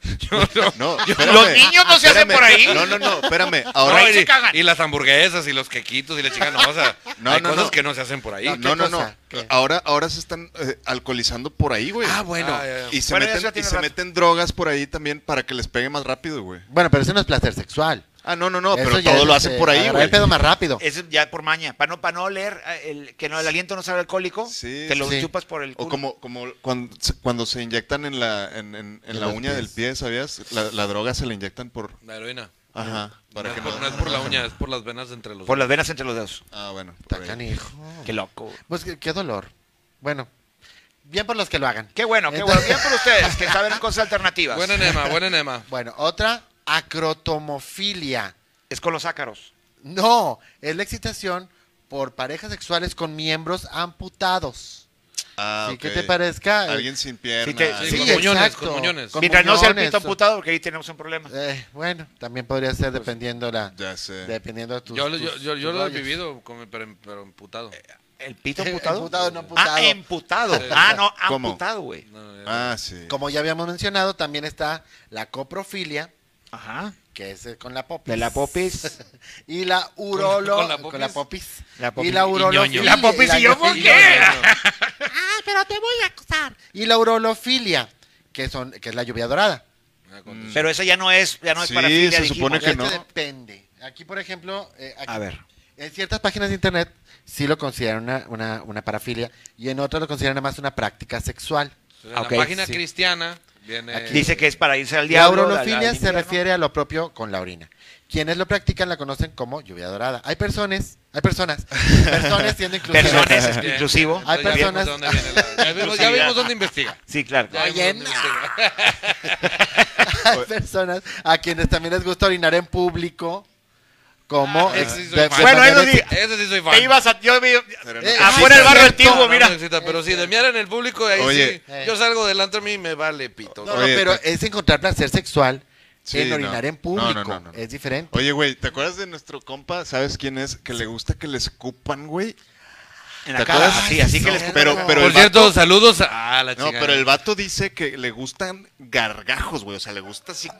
No, espérame. Los niños no se hacen Espérame. por ahí. No, espérame. No, Ahora... ahí se cagan. y las hamburguesas y los quequitos y la chica, no, o sea, No, hay no, cosas no. que no se hacen por ahí. No, No, ¿Qué cosa? ¿Qué? ahora se están alcoholizando por ahí, güey. Ah, bueno. Ah, ya, ya. Y se, Bueno, eso meten, ya y tiene se rato. meten drogas por ahí también para que les pegue más rápido, güey. Bueno, pero eso no es placer sexual. Ah, no, Eso pero ya todo es, lo hacen por ahí, agarrar güey. el pedo más rápido. Eso ya por maña. Para no oler, que no, el aliento no sabe alcohólico, Sí, te lo sí. chupas por el culo. O como cuando se inyectan en la los uña del pies. pie, ¿sabías? La droga se la inyectan por... La heroína. Ajá. No Para es, que no es por la uña, es por las venas entre los Por las venas entre los dedos. Ah, bueno. Está por ahí. canijo. Qué loco. Pues qué dolor. Bueno, bien por los que lo hagan. Qué bueno, qué Entonces- bueno. Bien por ustedes, que saben cosas alternativas. Buen enema, buen enema. Bueno, otra, acrotomofilia. Es con los ácaros. No, es la excitación por parejas sexuales con miembros amputados. Ah, Sí, ok. que te parezca. Alguien sin pierna. Sí, te- Sí, Sí, con muñones, exacto. con muñones. Con Mientras no sea el muñones, pito amputado, porque ahí tenemos un problema. Bueno, también podría ser dependiendo Ya sé. dependiendo de tus. Yo tus lo he rollos. vivido, pero emputado. ¿El pito amputado? Emputado, no amputado. Ah, emputado. Sí. Ah, no, ¿Cómo? amputado, güey. No, ya- Ah, sí. Como ya habíamos mencionado, también está la coprofilia, Ajá. que es con la popis. De la popis. Y la urolo ¿Con la con la popis? popis. La popis. Y la urolofilia. ñoño. La popis y yo, ¿por Y qué? pero te voy a acusar. Y la urolofilia, que es la lluvia dorada. Pero eso ya no es Sí, para filia, se dijimos. supone que Esto no. depende. Aquí, por ejemplo, A ver. en ciertas páginas de internet sí lo consideran una parafilia y en otras lo consideran nada más una práctica sexual. En Ok, la página sí. cristiana viene... Aquí Dice que es para irse al La diablo. urolofilia al se infierno. refiere a lo propio con la orina. Quienes lo practican la conocen como lluvia dorada. Hay personas siendo inclusivas. Personas, Bien, inclusivo. bien. Hay Entonces ya personas- vimos de dónde viene la- ya vimos dónde investiga. Sí, claro. Ya vimos Oye, dónde investiga. Hay personas a quienes también les gusta orinar en público como ese sí soy de- fan. de Bueno, manera eso sí. ex- Ese sí soy fan. Te ibas a, yo vi, Pero no- afuera del sí, barrio cierto. antiguo, No, mira. no me excita, pero sí, de mirar en el público, ahí Oye. sí. Yo salgo delante a mí y me vale pito. No, no, Oye, pero es encontrar placer sexual Sí, en orinar no. en público. No. Es diferente. Oye, güey, ¿te acuerdas de nuestro compa? ¿Sabes quién es? Que le gusta que le escupan, güey. En ¿Te la cara, acuerdas? sí, así que no. les Pero Por el cierto, vato- saludos a la chica. No, pero el vato dice que le gustan gargajos, güey. O sea, le gusta así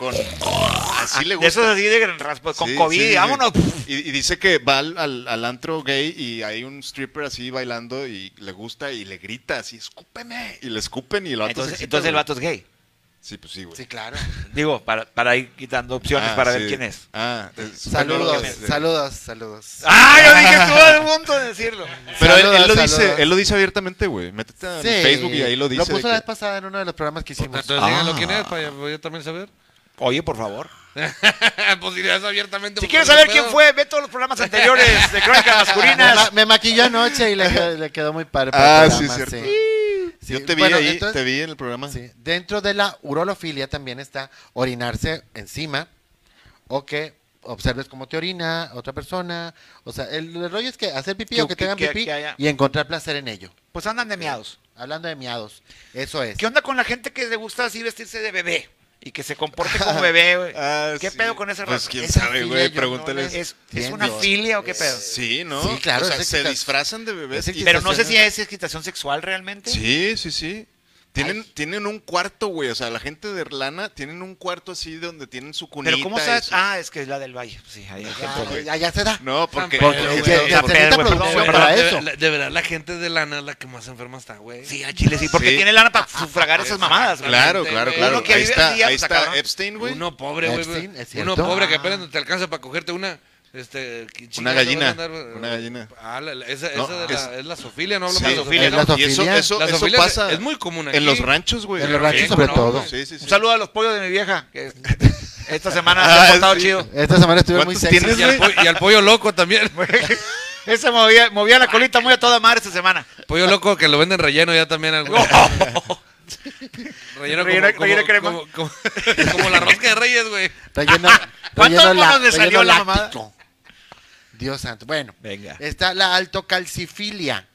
así le de esos gusta. así de raspo, con Sí, COVID, sí, sí. vámonos. Y dice que va al antro gay y hay un stripper así bailando y le gusta y le grita así, escúpeme. Y le escupen y el vato se Entonces, excita, entonces el güey. vato es gay. Sí, pues sí, güey. Sí, claro. Digo, para ir quitando opciones para ver sí. quién es. Saludos, bueno, saludos. ¡Ah! Yo dije, estuvo a punto de decirlo. Pero Saludos, él saludos. lo dice abiertamente, güey. Métete a Sí, Facebook y ahí lo dice. Lo puso de la vez que- pasada en uno de los programas que hicimos. Entonces díganlo quién es, para yo también saber. Oye, por favor. Posibilidades abiertamente. Si pues, quieres no hay saber quién pedo. fue, ve todos los programas anteriores de Crónicas Masculinas. Me maquilló anoche y le quedó muy padre. Ah, para el sí, programa, cierto. Sí, Yo te vi bueno, ahí, entonces, te vi en el programa. sí, dentro de la urolofilia también está orinarse encima o que observes cómo te orina otra persona. O sea, el rollo es que hacer pipí o que tengan pipí que haya- y encontrar placer en ello. Pues andan de miados. Hablando de miados, eso es. ¿Qué onda con la gente que le gusta así vestirse de bebé? Y que se comporte como bebé, güey. Ah, ¿Qué sí. pedo con ese Pues raza? quién Esa sabe, filia güey. yo Pregúntales. no ¿Es Entiendo. una filia o qué pedo? Sí, ¿no? Sí, claro, O sea, es se excitación. disfrazan de bebés. Es y- Pero no sé si excitación. es excitación sexual realmente. Sí, sí, sí. Tienen un cuarto, güey. O sea, la gente de Irlanda tienen un cuarto así donde tienen su cunita. Pero ¿cómo y sabes? su- Ah, es que es la del Valle. Sí, ahí hay gente. Ya se da. No, porque... Porque Pero, es güey, que o sea, se necesita Pedro, producción perdón, para de, eso. de verdad, la gente de lana es la que más enferma está, güey. Sí, a Chile sí, porque Sí. tiene lana para sufragar esas mamadas. güey. Claro, Uno claro, claro. que Ahí vive está, al día, ahí pues, está cabrón. Epstein, güey. Uno pobre, güey. Epstein, ¿es Uno cierto? pobre que Ah. apenas te alcanza para cogerte una. Una gallina, te van a dar, una gallina. Ah, esa No, de la, es la zoofilia, no Sí, hablamos de zoofilia, es ¿no? la Y eso, zoofilia. eso, La eso zoofilia pasa es muy común aquí. en los ranchos, güey. En los ranchos Sí, sobre no, todo. güey. Sí, sí, sí. Un saludo a los pollos de mi vieja, que esta semana se Ah, ha portado sí. chido. Esta semana estuvieron muy ¿Cuántos sexy. tienes, Y al, y al pollo loco también. Ese movía la colita muy a toda madre esta semana. Pollo loco que lo venden relleno ya también. Relleno Relleno de crema. Como la rosca de reyes, güey. Relleno, ¿Cuántos relleno monos le salió relleno la mamada? láctico. Dios santo. Bueno, Venga. está la altocalcifilia.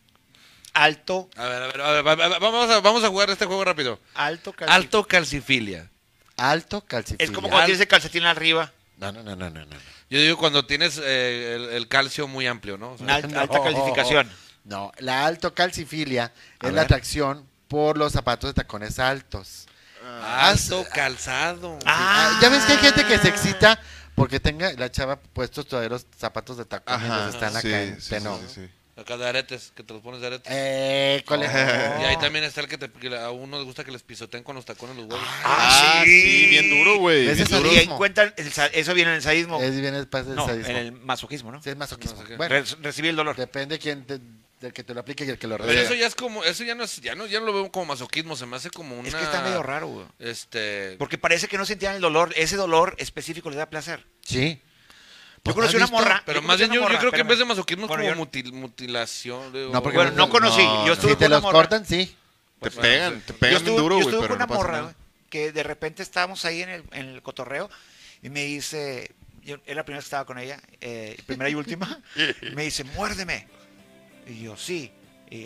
Alto, A ver, vamos a jugar este juego rápido. alto calcetín. Alto calcifilia. Altocalcifilia. Es como cuando tienes el calcetín arriba. No. Yo digo cuando tienes el calcio muy amplio, ¿no? O sea, Una alta calificación. No, la altocalcifilia A es la ver. atracción por los zapatos de tacones altos. alto calzado. Ya ves que hay gente que se excita porque tenga la chava puestos todavía los zapatos de tacones Ajá, están acá sí, en sí, pleno. sí, sí. Acá de aretes, que te los pones de aretes. ¿Cuál es? Y ahí también está el que a uno les gusta que les pisoteen con los tacones los huevos. Ah, sí, bien duro, güey. Ese bien es duro. Y ahí sadismo. encuentran, eso viene en el sadismo. Es bien el pase del No, sadismo. en el masoquismo, ¿no? Sí, es masoquismo. No sé qué. Bueno, Recibir el dolor. depende del que te lo aplique y el que lo Pero reciba. eso ya es como, eso ya no es, ya no lo veo como masoquismo, se me hace como una. Es que está medio raro, güey. Porque parece que no sentían el dolor. Ese dolor específico les da placer. Sí. Yo Pues, conocí ¿no una has visto? morra. Pero yo más conocí bien yo una morra, creo que en vez espérame. de masoquismo es Bueno, como yo- mutilación. No, porque Bueno, no conocí. Yo estuve Si con te una los morra. cortan, sí. Te Pues, pegan, bueno, te Yo pegan estuve, bien duro, yo güey, estuve pero con una no pasa morra, nada. güey, que de repente estábamos ahí en el cotorreo y me dice, era la primera vez que estaba con ella, primera y última, me dice, muérdeme. Y yo, sí. Y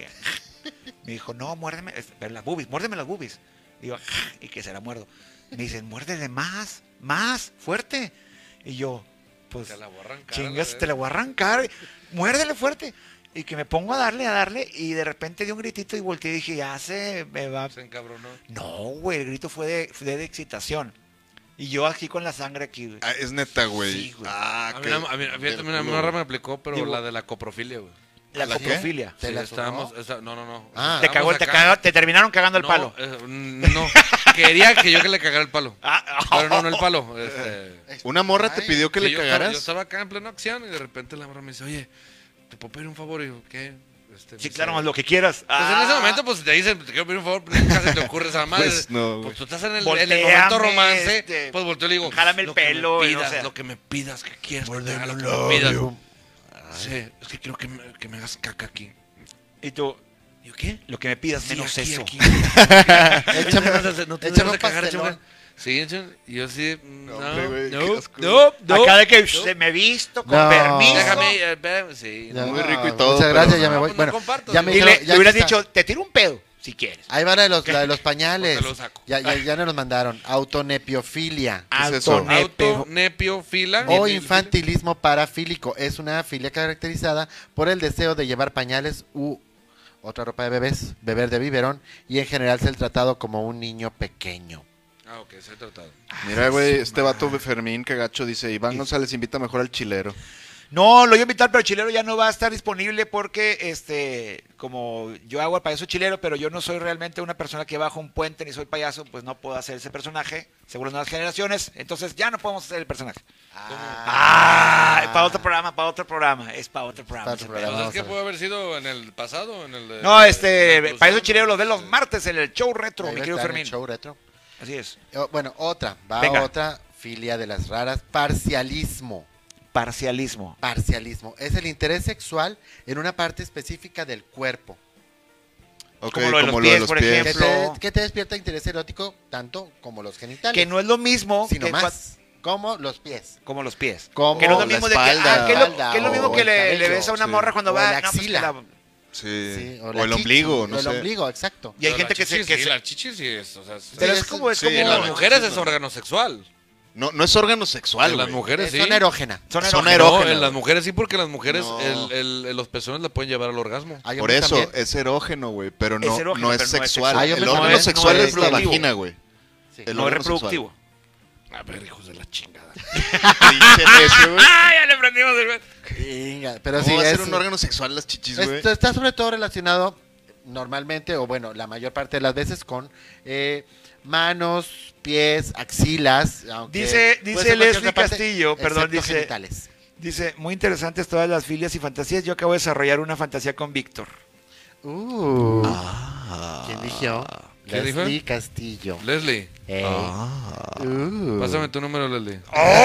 me dijo, no, muérdeme, pero las boobies, muérdeme las boobies. Y yo, y que se la muerdo. Me dicen, muérdele más, fuerte. Y yo, pues, Te la voy a arrancar. chingas, te la voy a arrancar, muérdele fuerte. Y que me pongo a darle, y de repente dio un gritito y volteé y dije, ya se me va. Se encabronó. No, güey, el grito fue de excitación. Y yo aquí con la sangre aquí, güey. Ah, es neta, güey. Sí, güey. Ah, A mí, qué- fíjate, del una culo, morra güey. me aplicó, pero Digo- la de la coprofilia, güey. La ¿la qué? coprofilia. ¿Te Sí, la estábamos, sonó? no. Ah. Estábamos acá. Te terminaron cagando el No, palo. No, quería que yo que le cagara el palo. Pero no el palo. Una morra te Ay, pidió que Sí, le yo cagaras. estaba acá en plena acción y de repente la morra me dice, oye, ¿te puedo pedir un favor? Y yo, ¿qué? Me Sí, dice, claro, más lo que quieras. Pues en ese momento, pues te dicen, te quiero pedir un favor, pero nunca se te ocurre esa madre. Pues no, güey. Pues tú estás en el Voltéame, momento romance, pues volteo y le digo, jálame el lo que me pelo, y no pidas, sé. lo que me pidas, que quieres que te haga, lo que Muérdeme me el pidas. labio. Sí, es que quiero que me hagas caca aquí. Y tú, Y yo, ¿qué? lo que me pidas, Sí, menos aquí, eso. aquí. Échame, No te échame vas un a cagar, pastelón. échame. Sí, échame. Y yo sí, no, hombre, güey, qué no, asco. no. Acá de que se me visto con No. permiso. Déjame, espérame, sí. Ya, Muy no. rico y todo, Muchas pero gracias, ya no, me voy. pues no Bueno, comparto, ya sí. me Dile, dijeron, le ya hubieras está. dicho, te tiro un pedo, si quieres. Ahí va la de los pañales. Pues te lo saco. Ya nos los mandaron. Autonepiofilia. ¿Qué es eso? Autonepiofila. O infantilismo parafílico. Es una filia caracterizada por el deseo de llevar pañales u otra ropa de bebés, beber de biberón y en general ser tratado como un niño pequeño. Ah, ok, se ha tratado. Mira, güey, este vato Fermín, que gacho, dice, Iván González invita mejor al chilero. No, lo iba a invitar, pero el chilero ya no va a estar disponible porque, como yo hago el payaso chilero, pero yo no soy realmente una persona que baja un puente ni soy payaso, pues no puedo hacer ese personaje, según las nuevas generaciones, entonces ya no podemos hacer el personaje. Para otro programa, es para otro programa. Para otro programa. Pues es Vamos que a ver. pudo haber sido en el pasado, en el de... No, la inclusión. payaso chilero lo ven los martes en el show retro, Ahí mi va a querido estar en Fermín. el show retro. Así es. Bueno, Venga. otra filia de las raras, parcialismo. Parcialismo. Parcialismo es el interés sexual en una parte específica del cuerpo. Ok, Como lo de los como pies, por Que ejemplo. que te despierta interés erótico tanto como los genitales. Que no es lo mismo sino que más como los pies. como los pies. Como que no es lo la mismo de espalda, que, que es lo mismo o que el le cabello, ves a una sí. morra cuando O va la no, pues, que axila. la- Sí. Sí, O la el chichi, ombligo, no o el sé. ombligo, exacto. Y hay Pero gente la que se chichi que sí, se- la chichi sí es, o sea, pero Sí, es como sí, en la las mujeres chichi es no. órgano sexual. No es órgano sexual, En las güey. mujeres sí. Son erógenas. son Son erógenos. No, erógenas. en las mujeres sí, porque las mujeres No. los pezones la pueden llevar al orgasmo. Hay Por hombres eso, también. es erógeno, güey, pero Es no, erógeno, no es pero no es sexual. sexual. Hay El hombres órgano también, sexual no es es la reproductivo. vagina, güey. Sí. El No es órgano sexual. reproductivo. A ver, hijos de la chingada. Pinche necio, güey. ¡Ah, ya le prendimos el... Venga, pero ¿Cómo sí va a es, ser un órgano sexual las chichis, güey? esto está sobre todo relacionado normalmente, o bueno, la mayor parte de las veces con manos, pies, axilas. Aunque Dice puede ser cualquier Leslie otra parte, Castillo, perdón, excepto dice- genitales. Dice, muy interesantes todas las filias y fantasías. Yo acabo de desarrollar una fantasía con Víctor. ¿Quién dijo? ¿Qué dijo? Leslie Castillo. Leslie, Ey. pásame tu número, Leslie.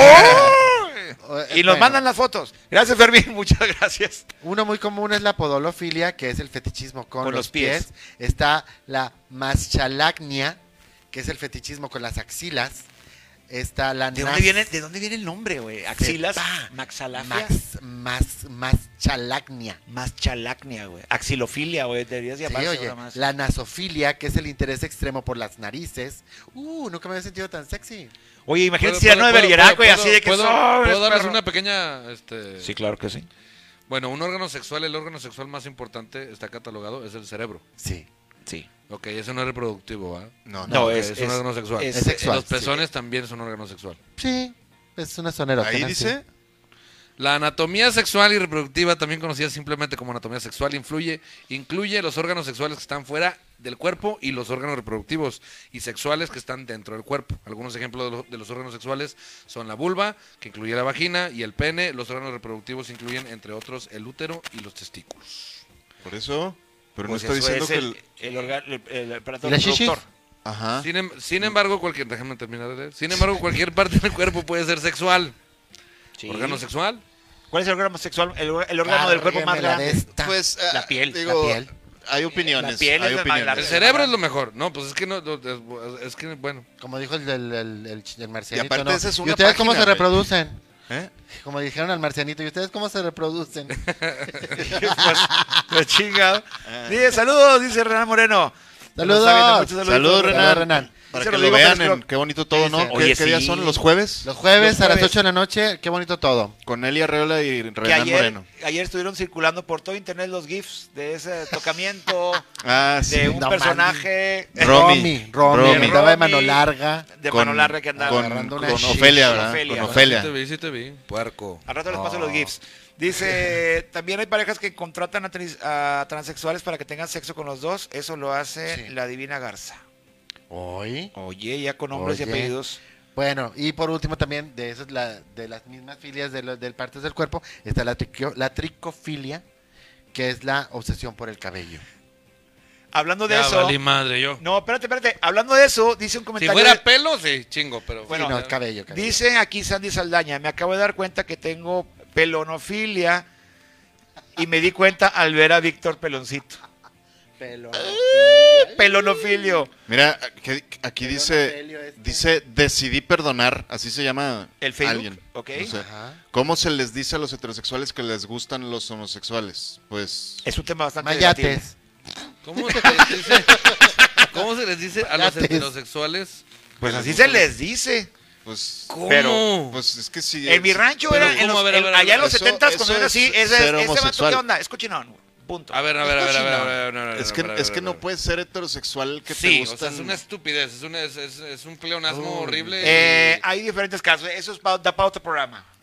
Y nos mandan las fotos. Gracias, Fermín, muchas gracias. Uno muy común es la podolofilia, que es el fetichismo con los pies. Está la maschalagnia, que es el fetichismo con las axilas. Está la ¿De dónde viene el nombre, güey? Axilas, Sepa. maxalafia, maschalagnia. maschalacnia, güey. Axilofilia, güey, deberías Sí, llamarse oye, ahora más. la nasofilia, que es el interés extremo por las narices. Nunca me había sentido tan sexy. Oye, imagínate ¿Puedo- si ya no puedo- de Bergerac, güey, puedo- así de que ¿Puedo, sobres, ¿puedo darles perro? una pequeña... Sí, claro que sí. Bueno, un órgano sexual, el órgano sexual más importante, está catalogado, es el cerebro. Sí. Sí. Ok, ese no es reproductivo, ¿ah? No, No, Ok, es un órgano sexual. es sexual. Los pezones también son órgano sexual. Sí, es una zona erógena. Ahí sí. dice. La anatomía sexual y reproductiva, también conocida simplemente como anatomía sexual, incluye los órganos sexuales que están fuera del cuerpo y los órganos reproductivos y sexuales que están dentro del cuerpo. Algunos ejemplos de los órganos sexuales son la vulva, que incluye la vagina, y el pene. Los órganos reproductivos incluyen, entre otros, el útero y los testículos. Por eso. Pero no Pues está eso diciendo es que el aparato ¿Y las shishis? reproductor. Ajá. Sin embargo, déjame terminar de leer. Sin embargo, cualquier parte del cuerpo puede ser sexual. Sí. ¿Órgano sexual? ¿Cuál es el órgano sexual? El órgano del cuerpo más Cárguemela de grande. esta. Pues, La piel, digo, la piel. hay opiniones. La piel hay es la- opiniones. la- El cerebro es lo mejor. No, pues es que no, es que bueno. Como dijo el marcianito. Y aparte ¿no? esa es ¿Y una ustedes cómo página, se güey. reproducen? ¿Eh? Como dijeron al marcianito. ¿Y ustedes cómo se reproducen? Pues chingado. Dice, saludos, dice Renan Moreno. ¡Saludos! Nos está viendo, muchos saludos. Saludos, Renan. Renan. Para Dice que lo Rodrigo vean, Pérez, en qué bonito todo, ¿no? Dice, ¿Qué, oye, qué días sí. son? ¿Los jueves? Los jueves Los a las jueves. 8 de la noche. Qué bonito todo. Con Eli Arreola y Que Renan Moreno. ayer estuvieron circulando por todo internet los GIFs de ese tocamiento Ah, sí. de un no personaje Romy. Romy. Romy. Andaba de mano Romy. larga. de mano larga que andaba. Con, agarrando con una shit. Ofelia, ¿verdad? Ofelia. Con Ofelia. Sí te vi. Puerco. Al rato les paso los GIFs. Dice, también hay parejas que contratan a transexuales para que tengan sexo con los dos. Eso lo hace Sí. la Divina Garza. Hoy. Oye, ya con nombres y Oye. apellidos. Bueno, y por último también, de esas, de las mismas filias de partes del cuerpo, está la tricofilia, que es la obsesión por el cabello. Hablando de Ya eso. valí madre yo. No, espérate. Hablando de eso, dice un Si comentario. fuera pelo, sí, chingo, pero... Bueno, Sí, no, cabello. Dice aquí Sandy Saldaña, me acabo de dar cuenta que tengo pelonofilia y me di cuenta al ver a Víctor Peloncito. Pelonofilio. Mira, aquí dice, Ofelio este. dice decidí perdonar, así se llama El Facebook, alguien. ok. No sé. Ajá. ¿Cómo se les dice a los heterosexuales que les gustan los homosexuales? Pues Es un tema bastante Mayates. ¿Cómo se les dice, ¿cómo se les dice a los Gates. heterosexuales? Pues así se les dice. pues ¿Cómo? Pero- pues es que si En mi rancho pero era, en ¿cómo? los- A ver, a ver, a ver. allá en los Eso- 70s, eso cuando era así, es ese ser vato, homosexual. ¿qué onda? Es cochinón. Punto. A ver, es que no puedes ser heterosexual que Sí, te o sea, gustan. es una estupidez, es un pleonasmo horrible. Hay diferentes casos, eso es da para otro programa.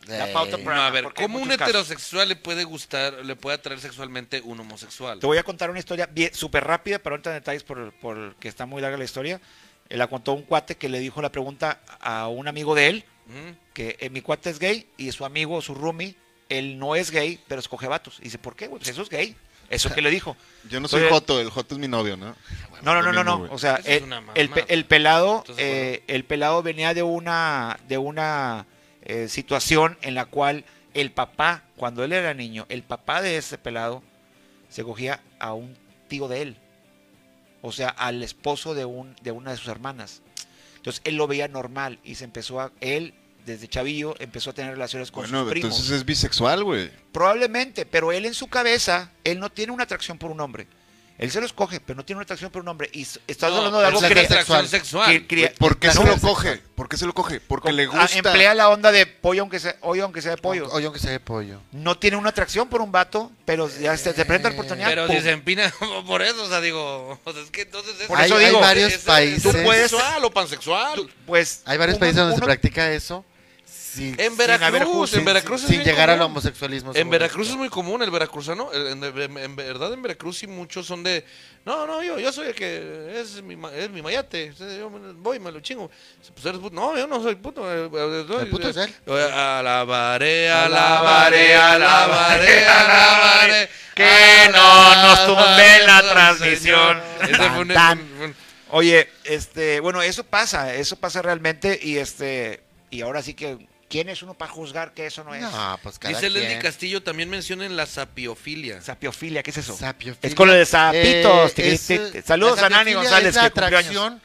La pauta Eh, No, a ver, porque hay ¿cómo un muchos casos. heterosexual le puede gustar, le puede atraer sexualmente un homosexual? Te voy a contar una historia súper rápida, pero ahorita en detalles porque está muy larga la historia. La contó un cuate que le dijo la pregunta a un amigo de él, Ujú. que mi cuate es gay y su amigo, su roomie, él no es gay, pero escoge vatos. Y dice, ¿por qué, güey? Pues eso es gay. Eso que le dijo. Yo no soy Entonces- Joto, el Joto es mi novio, ¿no? No, no, Lo no, no, mismo, no. güey. O sea, Eso es una mamada. el pelado, ¿Estás de acuerdo? el pelado venía de una situación en la cual el papá, cuando él era niño, el papá de ese pelado se cogía a un tío de él. O sea, al esposo de una de sus hermanas. Entonces él lo veía normal y él desde chavillo empezó a tener relaciones con Bueno, sus primos. entonces es bisexual, güey. Probablemente, pero él en su cabeza, él no tiene una atracción por un hombre. Él se los coge, pero no tiene una atracción por un hombre. Y estás No, güey, de algo es la que atracción sexual. ¿Por qué la se nube lo coge? ¿Por qué se lo coge? Porque le Ah, gusta. emplea la onda de pollo aunque sea de pollo. Oye, aunque sea de pollo. No tiene una atracción por un vato, pero ya se presenta la oportunidad. Pero ¡pum! si se empina por eso, o sea, digo, o sea, es que entonces es, Por eso digo, hay varios es países. tú puedes- sexual o pansexual. Pues Hay varios uno- países donde se uno- practica eso sin, En haber Veracruz, en sin- Veracruz es sin bien llegar al común. homosexualismo. En según Veracruz esto. es muy común, el veracruzano, en verdad en Veracruz sí muchos son de, no, yo soy el que es mi mayate, yo voy y me lo chingo. Pues eres puto. No, yo no soy puto. El puto es él. Alabaré, Alabaré, alabaré, alabaré, que no nos tumbe la transmisión. Ese fue un- Tan, Oye, bueno, eso pasa realmente y ahora sí que ¿quién es uno para juzgar que eso no es? No, pues cada Dice Leslie quien. Castillo, también mencionen la sapiofilia. Sapiofilia, ¿qué es eso? Sapiofilia. Es con lo de sapitos. Es, Saludos la a Nani sapiofilia González, es la que cumplió años. atracción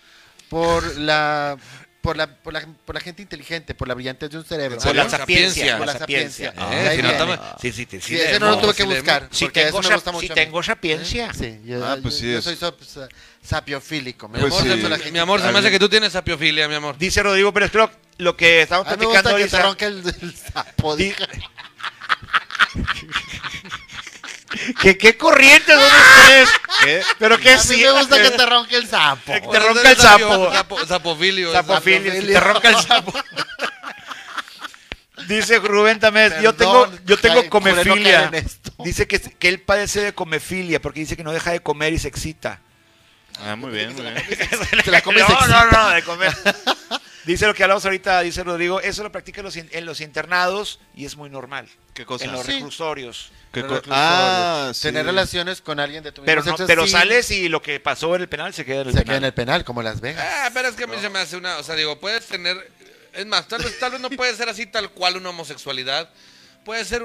por la gente inteligente, por la brillantez de un cerebro. Por la Por sapiencia. Por la la sapiencia. sapiencia. De ahí Si no, viene. toma- sí, Sí, ese no lo tuve que buscar. Si porque tengo, eso me gusta mucho. si a mí. tengo sapiencia. Sí, Pues sí yo es. soy sapiofílico. Me Pues gusta sí. mucho la gente Mi amor, se me hace Alguien- que tú tienes sapiofilia, mi amor. Dice Rodrigo Pérez Clock, lo que estamos A mí me platicando gusta que te ahorita. ronque el sapo. Di- dije. ¿Qué corrientes son ustedes? ¿Qué? Pero qué A mí sí. me gusta que te ronque el sapo. Que te ronca el sapo. Sapofilio. Sapofilia, Sapofilia. te ronca el sapo. Dice Rubén también, yo Perdón, tengo Jai, por no comefilia. caer en esto. Dice que él padece de comefilia porque dice que no deja de comer y se excita. Ah, muy bien, muy bien. Te la comes No, excita. no, de comer. Dice lo que hablamos ahorita, dice Rodrigo, eso lo practica en los internados y es muy normal. ¿Qué cosa? En los Sí. reclusorios. ¿Qué Pero co- reclusorios. Ah, sí. Tener relaciones con alguien de tu mismo Pero, sexo pero sí, sales y lo que pasó en el penal se queda en el se penal. queda en el penal, como Las Vegas. Ah, pero es que a mí se me hace una, o sea, digo, puedes tener, es más, tal vez no puede ser así tal cual una homosexualidad. Puede ser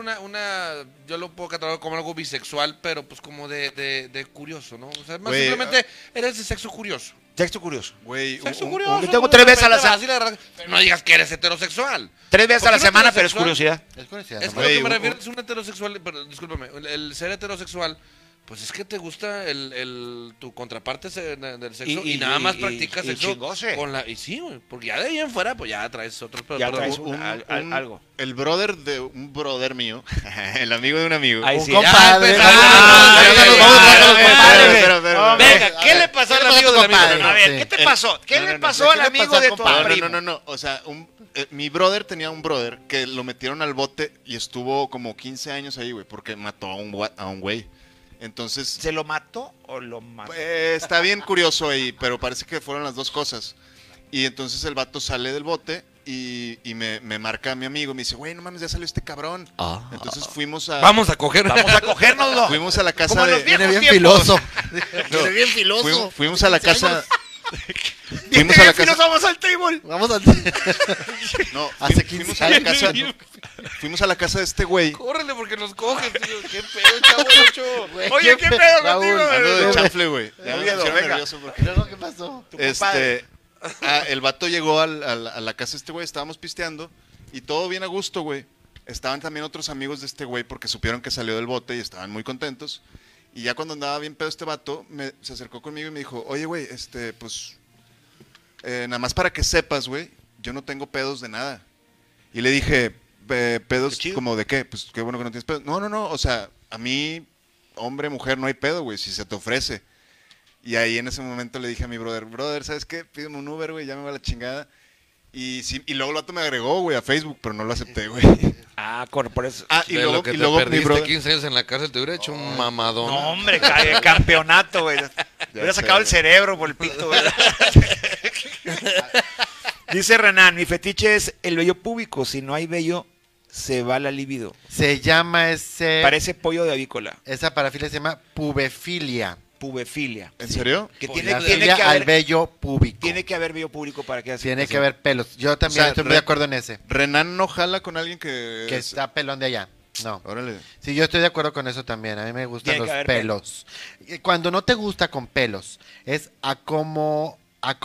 yo lo puedo catalogar como algo bisexual, pero pues como de curioso, ¿no? O sea, más Güey, simplemente eres de sexo curioso. Texto curioso. Güey, Sexo un- curioso. yo tengo pues, 3 veces de a la repente se- vas y le agarras- pero no digas que eres heterosexual. 3 veces a la Porque un semana, pero es heterosexual- curiosidad. Es curiosidad. Es que nomás. lo que Güey, me un- refiero es un heterosexual, pero discúlpame, el ser heterosexual, pues es que te gusta tu contraparte del sexo y, nada más practicas y sexo chingose. con la... Y sí, güey, porque ya de ahí en fuera, pues ya traes otros... Ya perdón, traes un- un- algo. El brother de un brother mío, el amigo de un amigo. Ahí Un sí. compadre. Ya empezamos. Ah, ya nos vamos a los compadres. Espera. Venga, ¿qué le pasó al amigo del amigo? compadre? A ver, Sí. ¿qué te pasó? ¿Qué No, le no, pasó no, al ¿qué le amigo pasó al de tu compadre? primo? No. O sea, mi brother tenía un brother que lo metieron al bote y estuvo como 15 años ahí, güey, porque mató a un güey. Entonces, ¿Se lo mató o lo mató? está bien curioso ahí, pero parece que fueron las dos cosas. Y entonces el vato sale del bote y me marca a mi amigo. Me dice, güey, no mames, ya salió este cabrón. Entonces fuimos a Vamos a coger. Vamos a cogérnoslo. fuimos a la casa Como en los de... viejos Viene bien tiempos. filoso. No, Viene bien filoso. fuimos a la 15 casa... años. Fuimos a la Si nos casa... vamos al table. Vamos a... No, Hace fuimos 15 a la años. casa... Fuimos a la casa de este güey. Córrele porque nos coges. Tío. ¿Qué pedo, chavo? Ocho? Oye, ¿qué pedo Raúl, contigo? Ando de Güey. chanfle, güey. Ya Ya me miedo, pusieron venga. nervioso porque- Luego, ¿qué pasó? Tu compadre. el vato llegó a la casa de este güey, estábamos pisteando y todo bien a gusto, güey. Estaban también otros amigos de este güey porque supieron que salió del bote y estaban muy contentos. Y ya cuando andaba bien pedo este vato, se acercó conmigo y me dijo, oye, güey, pues, nada más para que sepas, güey, yo no tengo pedos de nada. Y le dije, ¿pedos Qué chido. como de qué? Pues qué bueno que no tienes pedos. No, o sea, a mí, hombre, mujer, no hay pedo, güey, si se te ofrece. Y ahí en ese momento le dije a mi brother, ¿sabes qué? Pídeme un Uber, güey, ya me va la chingada. Y luego el vato me agregó, güey, a Facebook, pero no lo acepté, güey. Ah, por eso. Ah, y De luego, lo que y te luego mi perdiste brother... 15 años en la cárcel, te hubiera hecho un mamadón. No, hombre, campeonato, güey. Hubiera sacado sé, el cerebro por el pito, güey. Dice Renan, mi fetiche es el vello púbico. Si no hay vello, se va la libido. Se llama Parece pollo de avícola. esa parafilia se llama pubefilia. Pubefilia. ¿En serio? Que Pues tiene, La tiene filia que al haber, vello púbico. tiene que haber vello público para que Tiene que haber pelos. Yo también O sea, estoy muy de acuerdo en ese. Renan no jala con alguien que... Que está pelón de allá. No. Órale. Sí, yo estoy de acuerdo con eso también. A mí me gustan Tiene los que haber pelos. Y cuando no te gusta con pelos, es acomoclitismo.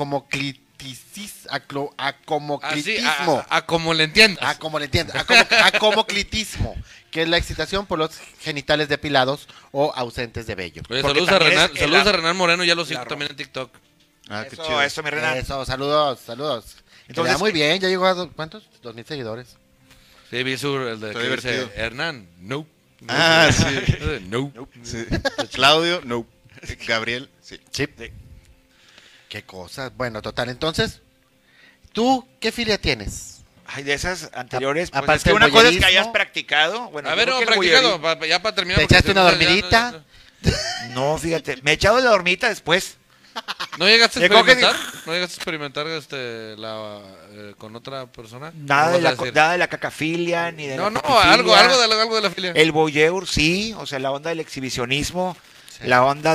Así, a como le entiendas. Como le entiendo. Acomoclitismo, que es la excitación por los genitales depilados o ausentes de vello. Oye, Porque saludos a también Renan, es saludos la- a Renan Moreno, ya lo sigo la también en TikTok. Ah, qué chido. Eso, mi Renan. Eso, saludos. Entonces, Entonces, muy bien, ya llegó a ¿cuántos? 2,000 seguidores. Sí, vi el de Está que dice divertido. Hernán, no. Ah, sí. No. Sí. Claudio, no. Gabriel, sí. Sí. Qué cosas. Bueno, total. Entonces, ¿tú qué filia tienes? Ay, de esas anteriores, pues aparte es que del una cosa es que voyerismo. hayas practicado. Bueno, A yo ver, creo no, que el practicado, voyerismo- ya para terminar. ¿Te porque echaste si una no, dormidita? No, fíjate, me he echado de la dormita después. ¿No llegaste a Yo creo que experimentar? ¿No llegaste a experimentar con otra persona? Nada ¿Cómo de, la, vas a decir? nada de la cacafilia, ni de No, la no, papifilia. algo de la filia. El voyeur, sí, o sea, la onda del exhibicionismo, la onda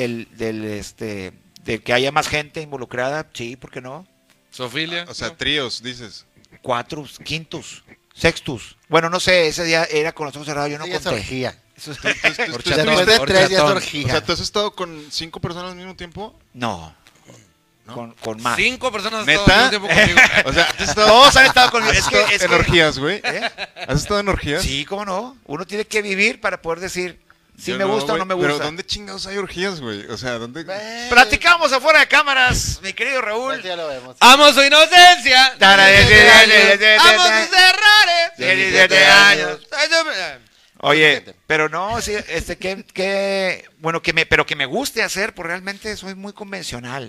de que haya más gente involucrada, sí, ¿por qué no? Sofilia. O sea, ¿no? tríos, dices. Cuatros, quintos, sextus. Bueno, no sé, ese día era con los ojos cerrados, yo no Sí, es conté. orgía. Eso es- Después de Horchatón, 3 ya es horchatón. orgía. O sea, ¿tú has estado con 5 personas al mismo tiempo? No, ¿No? con más. 5 personas ¿Neta? todo el tiempo conmigo. O sea, ¿has estado, Todos han estado conmigo. has Es que, estado es en que- orgías, güey? ¿Eh? ¿Has estado en orgías? Sí, cómo no. Uno tiene que vivir para poder decir si Yo me gusta o güey. no me gusta. Pero ¿dónde chingados hay orgías, güey? O sea, ¿dónde...? Platicamos afuera de cámaras, mi querido Pues Raúl. ya lo vemos. ¡Amo su inocencia! ¡Amo sus errores! 17 años. Ay, Oye, pero no, sí, bueno, pero que me guste hacer, pues realmente soy muy convencional.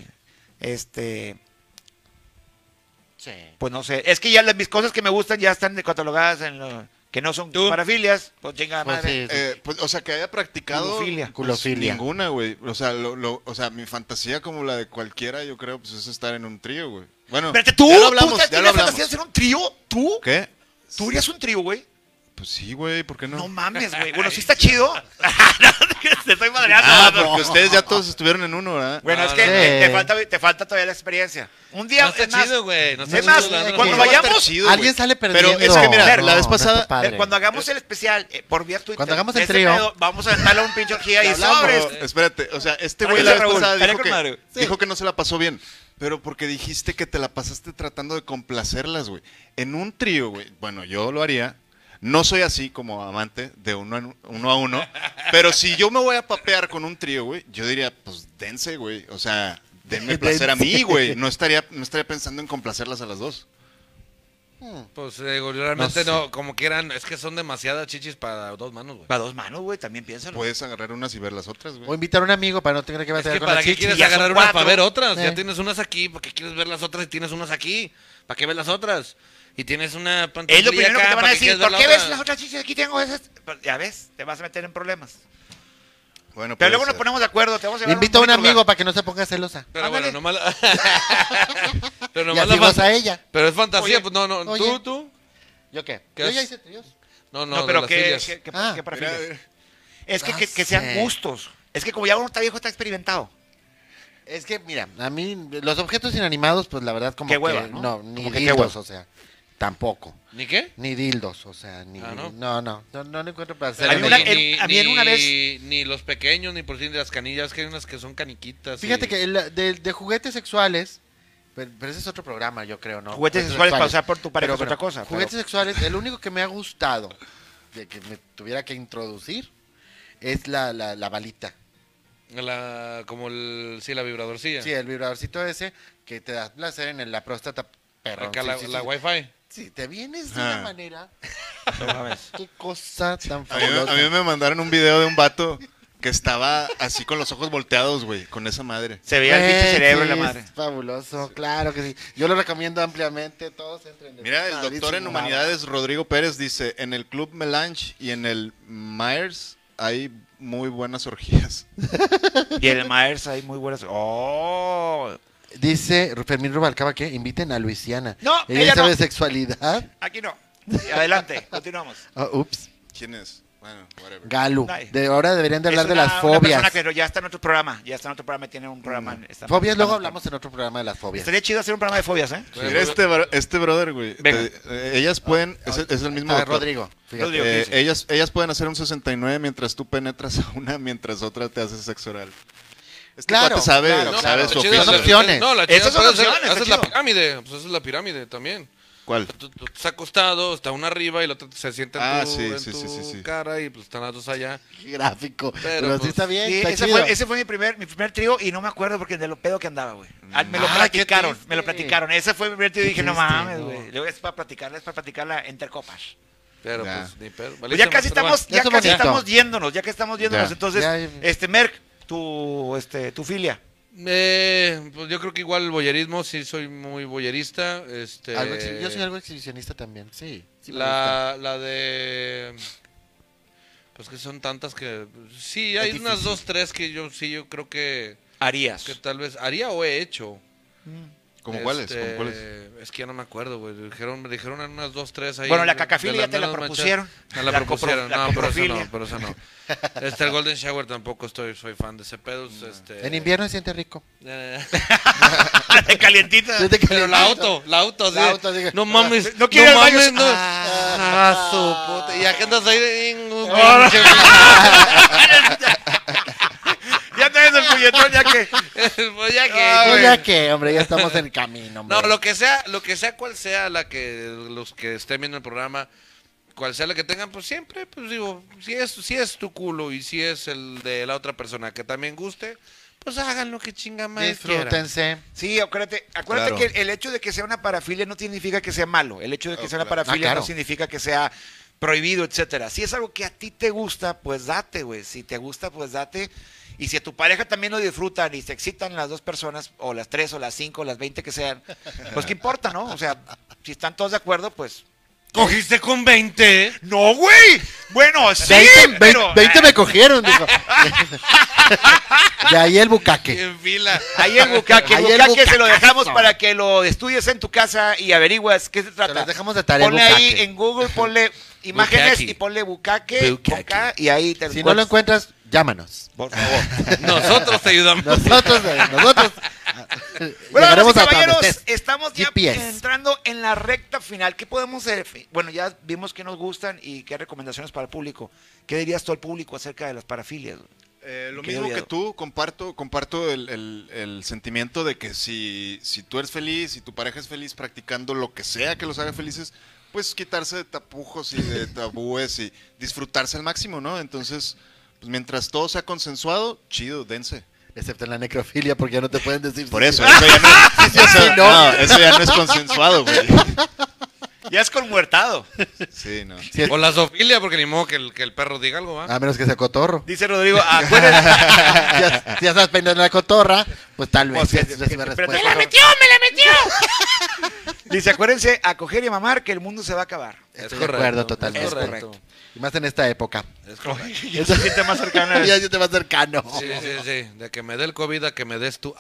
Sí. Pues no sé, es que ya mis cosas que me gustan ya están catalogadas en lo que no son ¿Tú? parafilias, pues chingada Pues madre. sí. Pues, o sea, que haya practicado... Culofilia. pues, Culofilia. ninguna, güey. O sea, o sea, mi fantasía como la de cualquiera, yo creo, pues es estar en un trío, güey. Bueno, Espérate, ¿tú? ya lo hablamos, ¿Tú ya lo tienes hablamos. fantasía de hacer un trío? ¿Tú? ¿Qué? ¿Tú harías un trío, güey? Pues sí, güey, ¿por qué no? No mames, güey. Bueno, sí está chido. Te estoy madreando. Ah, ¿no? porque ustedes ya todos estuvieron en uno, ¿verdad? Bueno, No, es que no, te falta todavía la experiencia. Un día, No está es más, chido, güey. No está es más, chido, cuando No va a estar vayamos, chido, Alguien güey. sale perdiendo. Pero es que, mira, la vez no pasada- está padre. cuando hagamos el especial por vía Twitter, Cuando hagamos el ese trío. pedo, vamos a aventarle un pinche orgía y Hablamos. sobres. No, espérate, o sea, este Ahora güey dice la vez Raúl, pasada estaría dijo con madre. dijo que no se la pasó bien, pero porque dijiste que te la pasaste tratando de complacerlas, güey. En un trío, güey, bueno, yo lo haría. No soy así como amante de uno a uno, pero si yo me voy a papear con un trío, güey, yo diría, pues dense, güey. O sea, denme placer a mí, güey. No estaría pensando en complacerlas a las dos. Pues realmente No no, como quieran, es que son demasiadas chichis para dos manos, güey. Para dos manos, güey, también piénsalo. Puedes agarrar unas y ver las otras, O güey. invitar a un amigo para no tener que Es batallar que con para la qué chichi. quieres ya son agarrar unas cuatro. para ver otras. Eh. Ya tienes unas aquí, ¿para qué quieres ver las otras si tienes unas aquí? ¿Para qué ves las otras? Y tienes una Es pantalla lo primero que te van a ¿para qué decir. quieres ver ¿Por la qué otra? ves las otras chichis? Aquí tengo esas. Pero ya ves, te vas a meter en problemas. Bueno, Pero puede luego nos ser. ponemos de acuerdo. Te vamos a llevar Invita a un bonito amigo lugar. para que no se ponga celosa. Pero Ándale. bueno, nomás Pero Y nomás así la goza a ella. Pero es fantasía, Oye, pues no, oye. tú. ¿Yo qué? ¿Qué Yo es? ya hice tríos. No, No, de pero las ¿qué filias. Ah, qué Mira, parafilias? Es que, No que sean sé. gustos. Es que como ya uno está viejo, está experimentado. Es que, mira, a mí los objetos inanimados, pues la verdad como Qué que hueva, ¿no? no, ni Como que qué dildos, hueva. o sea, tampoco. ¿Ni qué? Ni dildos, o sea, ni Ah, ¿no? no lo encuentro para Pero hacer. Hay ni, una- ni- a mí en una vez- ni los pequeños, ni por sí de las canillas, que hay unas que son caniquitas. Fíjate y- que de juguetes sexuales, pero ese es otro programa, yo creo, ¿no? Juguetes sexuales para usar por tu pareja es otra cosa, Juguetes pero- sexuales, el único que me ha gustado de que me tuviera que introducir es la balita. Como la vibradorcilla. Sí, el vibradorcito ese que te da placer en la próstata perrón. Acá Sí, la, sí, la sí. Wi-Fi. Si te vienes de Ah. una manera, No mames. qué cosa tan A mí, fabulosa. a mí me mandaron un video de un vato que estaba así con los ojos volteados, güey, con esa madre. Se veía el pinche cerebro en la Sí, madre. es fabuloso, claro que sí. Yo lo recomiendo ampliamente, todos entren. Mira, el Padrísimo. doctor en humanidades Rodrigo Pérez dice, en el Club Melange y en el Myers hay muy buenas orgías. Y en el Myers hay muy buenas. ¡Oh! Dice Fermín Rubalcaba que inviten a Luisiana. No, ella ella sabe no. de sexualidad. Aquí no. Adelante, continuamos. Ups. ¿Quién es? Bueno, whatever. Galu. Ay. De ahora deberían de hablar Es de las una fobias. persona que ya está en otro programa. Ya está en otro programa. Tiene un programa. Fobias, luego hablamos en otro programa de las fobias. Estaría chido hacer un programa de fobias, ¿eh? Mira este brother, güey. Venga. Ellas pueden, es el mismo Ah, doctor. Rodrigo. Fíjate. Rodrigo. ¿qué dice? Ellas pueden hacer un 69 mientras tú penetras a una, mientras otra te hace sexo oral. Este Claro, cuate sabe, claro, sabe claro. su Está chido, oficio. Son opciones. No, la Esas chida son puede ser- opciones, está esa es la chido. pirámide. Pues esa es la pirámide también. ¿Cuál? Tú estás acostado, está una arriba y la otra se sienta Ah, en tu, sí, en sí, tu sí, sí, sí. cara y pues están las dos allá. Qué gráfico. Pero, pues, sí está bien. Sí, está ese chido. fue mi primer trío y no me acuerdo porque de lo pedo que andaba, güey. Me lo Ah, qué platicaron, triste. me lo platicaron. Ese fue mi primer trío y Qué dije, no triste, mames, no. güey. Luego es para platicarla entre copas. Pero Ya. pues ni pedo. Pues ya casi estamos, Ya está bonito. ya casi estamos yéndonos. Ya. Entonces, Ya. Merck, tu filia. Pues yo creo que igual el boyerismo, sí soy muy boyerista. Yo soy algo exhibicionista también, sí. Sí me la de... Pues que son tantas que... Sí, hay Es unas difícil. 2, 3 que yo Harías. que tal vez haría o he hecho. ¿Cómo cuáles? ¿Cómo cuáles? Es que ya no me acuerdo, güey. Me dijeron unas 2, 3 ahí. Bueno, la de cacafilia las ya te la menos propusieron. manchadas. Me la La propusieron. la No, pero eso coprofilia. no, pero eso no. El Golden Shower tampoco soy fan de ese pedo. En invierno se siente rico. De calientita. Desde que Pero la auto, sí. La auto, diga. No mames, No quiere ir al baño. no. Su puta. Y ya que andas ahí de... Ya te ves el puñetón, ya que. Pues ya que... Pues ya que, hombre, ya estamos en camino, hombre. No, lo que sea, cual sea los que estén viendo el programa, cual sea la que tengan, pues siempre, pues digo, si es tu culo y si es el de la otra persona que también guste, pues hagan lo que chinga más quieran. Disfrútense. Sí, acuérdate Claro. que el hecho de que sea una parafilia no significa que sea malo. El hecho de que Oh, sea una claro. parafilia claro. no significa que sea prohibido, etcétera. Si es algo que a ti te gusta, pues date, güey. Si te gusta, pues date. Y si a tu pareja también lo disfrutan y se excitan las dos personas, o las 3, o las 5, o las 20 que sean, pues qué importa, ¿no? O sea, si están todos de acuerdo, pues... ¿Cogiste con 20? ¡No, güey! Bueno, sí, 20, pero... 20 me cogieron, dijo. De ahí el bucaque. En fila. Ahí el bucaque, Ahí el bucaque se lo dejamos bucacazo. para que lo estudies en tu casa y averiguas qué se trata. los dejamos de tarea, el Ponle ahí bucaque. en Google, ponle imágenes Bucaque. y ponle bucaque, Bucaque. con K, y ahí te Si no lo encuentras, llámanos. por favor. Nosotros te ayudamos. Nosotros. Bueno, llegaremos damas y hasta donde caballeros, estés. estamos ya GPS. entrando en la recta final. ¿Qué podemos hacer? Bueno, ya vimos qué nos gustan y qué recomendaciones para el público. ¿Qué dirías tú al público acerca de las parafilias? Lo Qué mismo que odiado. tú, comparto el sentimiento de que si tú eres feliz y tu pareja es feliz practicando lo que sea que los haga felices, pues quitarse de tapujos y de tabúes y disfrutarse al máximo, ¿no? Entonces, pues mientras todo sea consensuado, chido, dense. Excepto en la necrofilia, porque ya no te pueden decir. Por sí, eso, sí. eso ya no, sí, sí, no. no, eso ya no es consensuado, güey. Ya es con muertado. Sí, no. Sí, O la zoofilia, porque ni modo que el perro diga algo, ¿va? a menos que sea cotorro. Dice Rodrigo, acuérdense. Si ya estás peinando la cotorra, pues tal vez. Pues, sí, que- recibe que- respuesta. ¡Me la metió! Dice, acuérdense, a coger y a mamar que el mundo se va a acabar. Estoy de acuerdo totalmente. Es correcto. Y más en esta época. Es correcto. Ya se siente más cercano. Ya se te va cercano. Sí, sí, sí. De que me dé el COVID a que me des tú.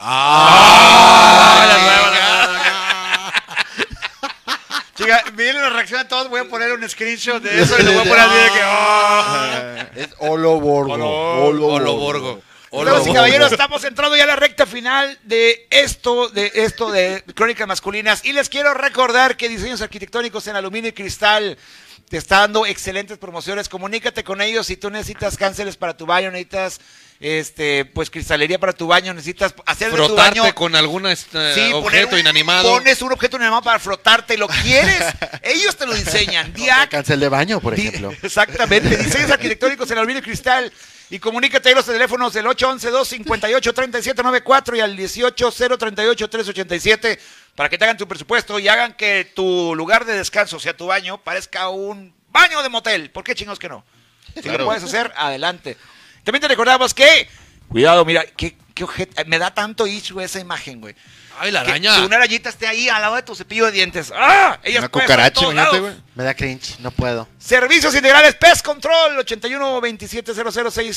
Chica, miren la reacción de todos. Voy a poner un screenshot de eso y lo voy a poner así de que. ¡oh! Es Oloborgo. Oloborgo. Damas y caballeros, estamos entrando ya a la recta final de esto de Crónicas Masculinas. Y les quiero recordar que Diseños Arquitectónicos en Aluminio y Cristal te está dando excelentes promociones. Comunícate con ellos si tú necesitas cánceres para tu baño, necesitas pues cristalería para tu baño, necesitas hacer de tu Frotarte baño. con algún Sí, objeto poner inanimado. Pones un objeto inanimado para frotarte, ¿lo quieres? Ellos te lo diseñan. Diac, Cancel de baño, por ejemplo. Exactamente, diseños arquitectónicos en aluminio y cristal. Y comunícate a los teléfonos del 811-258-3794 y al 18-038-387 para que te hagan tu presupuesto y hagan que tu lugar de descanso, o sea, tu baño, parezca un baño de motel. ¿Por qué chingos que no? Si Claro. lo puedes hacer, adelante. También te recordamos que, cuidado, mira, qué ojete, me da tanto issue esa imagen, güey. Ay, la Que araña. una arañita esté ahí al lado de tu cepillo de dientes. ¡Ah! Ellas Una pueden estar en cucaracha, todos imagínate, lados. güey. Me da cringe, no puedo. Servicios integrales Pest Control 81 27 00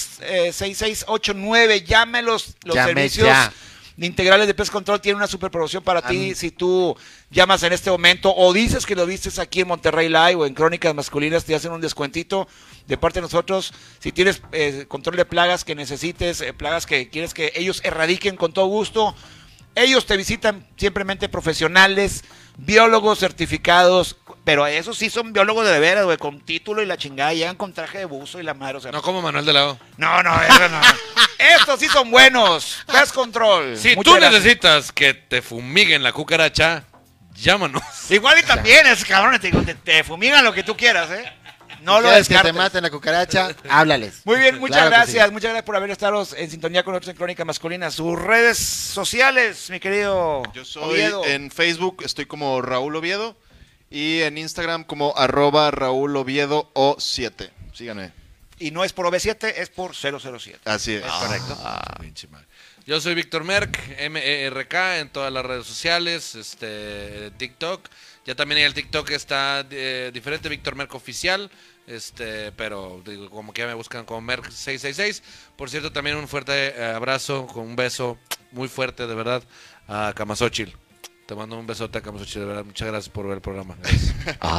6689. Llámelos. Los Llame servicios ya. integrales de Pest Control tienen una super promoción para ti. Si tú llamas en este momento o dices que lo vistes aquí en Monterrey Live o en Crónicas Masculinas, te hacen un descuentito de parte de nosotros. Si tienes control de plagas que necesites, plagas que quieres que ellos erradiquen con todo gusto, ellos te visitan simplemente profesionales, biólogos certificados, pero esos sí son biólogos de veras, güey, con título y la chingada, llegan con traje de buzo y la madre, o sea, No como Manuel de Lado. no, eso no. Estos sí son buenos. Pest Control. Si Muchas tú gracias. necesitas que te fumiguen la cucaracha, llámanos. Igual y también, es cabrones, te fumigan lo que tú quieras, ¿eh? No Si lo quieres que te descartes. maten la cucaracha, háblales. Muy bien, muchas Claro que gracias. sí. Muchas gracias por haber estado en sintonía con nosotros en Crónica Masculina. Sus redes sociales, mi querido Yo soy Oviedo. en Facebook, estoy como Raúl Oviedo. Y en Instagram como @Raúl Oviedo O7. Síganme. Y no es por OV7, es por 007. Así es. Correcto. Pinche madre. Yo soy Víctor Merck, MERK en todas las redes sociales, TikTok. Ya también en el TikTok está diferente, Víctor Merck Oficial. Pero digo, como que ya me buscan como Merck666. Por cierto, también un fuerte abrazo, con un beso muy fuerte, de verdad, a Camasochil. Te mando un besote a Camasochil, de verdad. Muchas gracias por ver el programa. Gracias.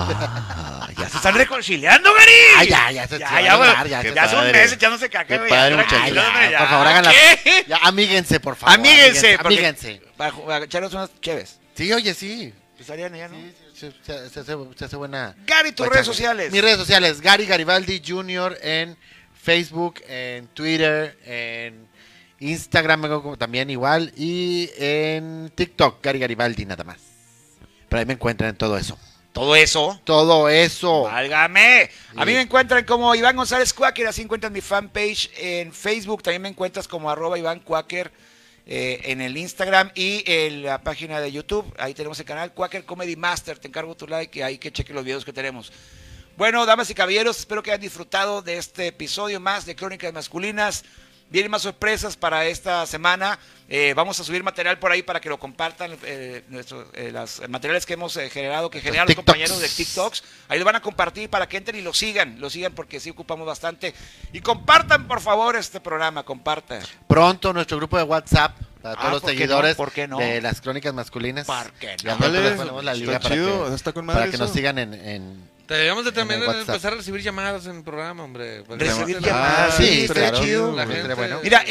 Ya se están reconciliando, Gary. Ah, ya, se Ya, van ya, a güey. hablar, ya, Ya qué hace un padre. mes echándose caca, Qué güey. padre, Ya, muchachos. tranquilos, Ya, hombre, por favor, háganla. ¿Qué? Ya, amíguense, por favor. Amíguense. porque- Amíguense. Para echarnos unas chéves. Sí, oye, sí. Pues harían ya, ¿no? Sí, se hace buena. Gary, tus Pues, redes sociales. Mis redes sociales, Gary Garibaldi Jr. en Facebook, en Twitter, en Instagram como también igual y en TikTok, Gary Garibaldi nada más. Pero ahí me encuentran en todo eso. Todo eso. Todo eso. ¡Válgame! A mí Sí. me encuentran como Iván González Quaker, así encuentran mi fanpage en Facebook, también me encuentras como @Iván Quaker en el Instagram y en la página de YouTube, ahí tenemos el canal Quaker Comedy Master, te encargo tu like y ahí que cheque los videos que tenemos. Bueno, damas y caballeros, espero que hayan disfrutado de este episodio más de Crónicas Masculinas. Vienen más sorpresas para esta semana. Vamos a subir material por ahí para que lo compartan. Los materiales que hemos generado, que generan los TikToks. compañeros de TikToks. Ahí lo van a compartir para que entren y lo sigan porque sí ocupamos bastante. Y compartan, por favor, este programa. Compartan. Pronto nuestro grupo de WhatsApp para todos los ¿por qué seguidores no? ¿Por qué no? de las Crónicas Masculinas. ¿Por qué no? Ya pronto Ándale, les ponemos la liga está para chido, que, está con madre para que nos eso. sigan en Deberíamos de también En el WhatsApp. empezar a recibir llamadas en el programa, hombre. Recibir Ah, llamadas. sí, Sí, estaría claro. chido. La Estaría gente, bueno. Mira,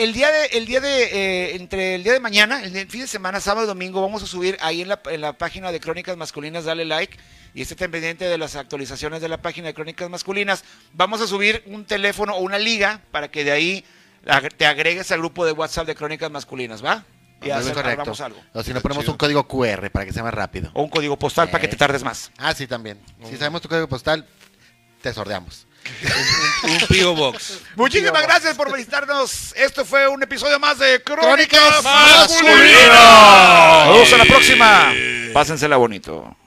entre el día de mañana, el fin de semana, sábado y domingo, vamos a subir ahí en la página de Crónicas Masculinas, dale like y esté pendiente de las actualizaciones de la página de Crónicas Masculinas. Vamos a subir un teléfono o una liga para que de ahí te agregues al grupo de WhatsApp de Crónicas Masculinas, ¿va? Y Muy correcto. hagamos algo. O si no Está ponemos chido. un código QR para que sea más rápido. O un código postal para que te tardes más. Ah, sí, también. Si sabemos tu código postal, te sordeamos. Un P.O. Box. Muchísimas gracias por visitarnos. Esto fue un episodio más de Crónicas Masculinas. Masculinas. Nos vemos a la próxima. Pásensela bonito.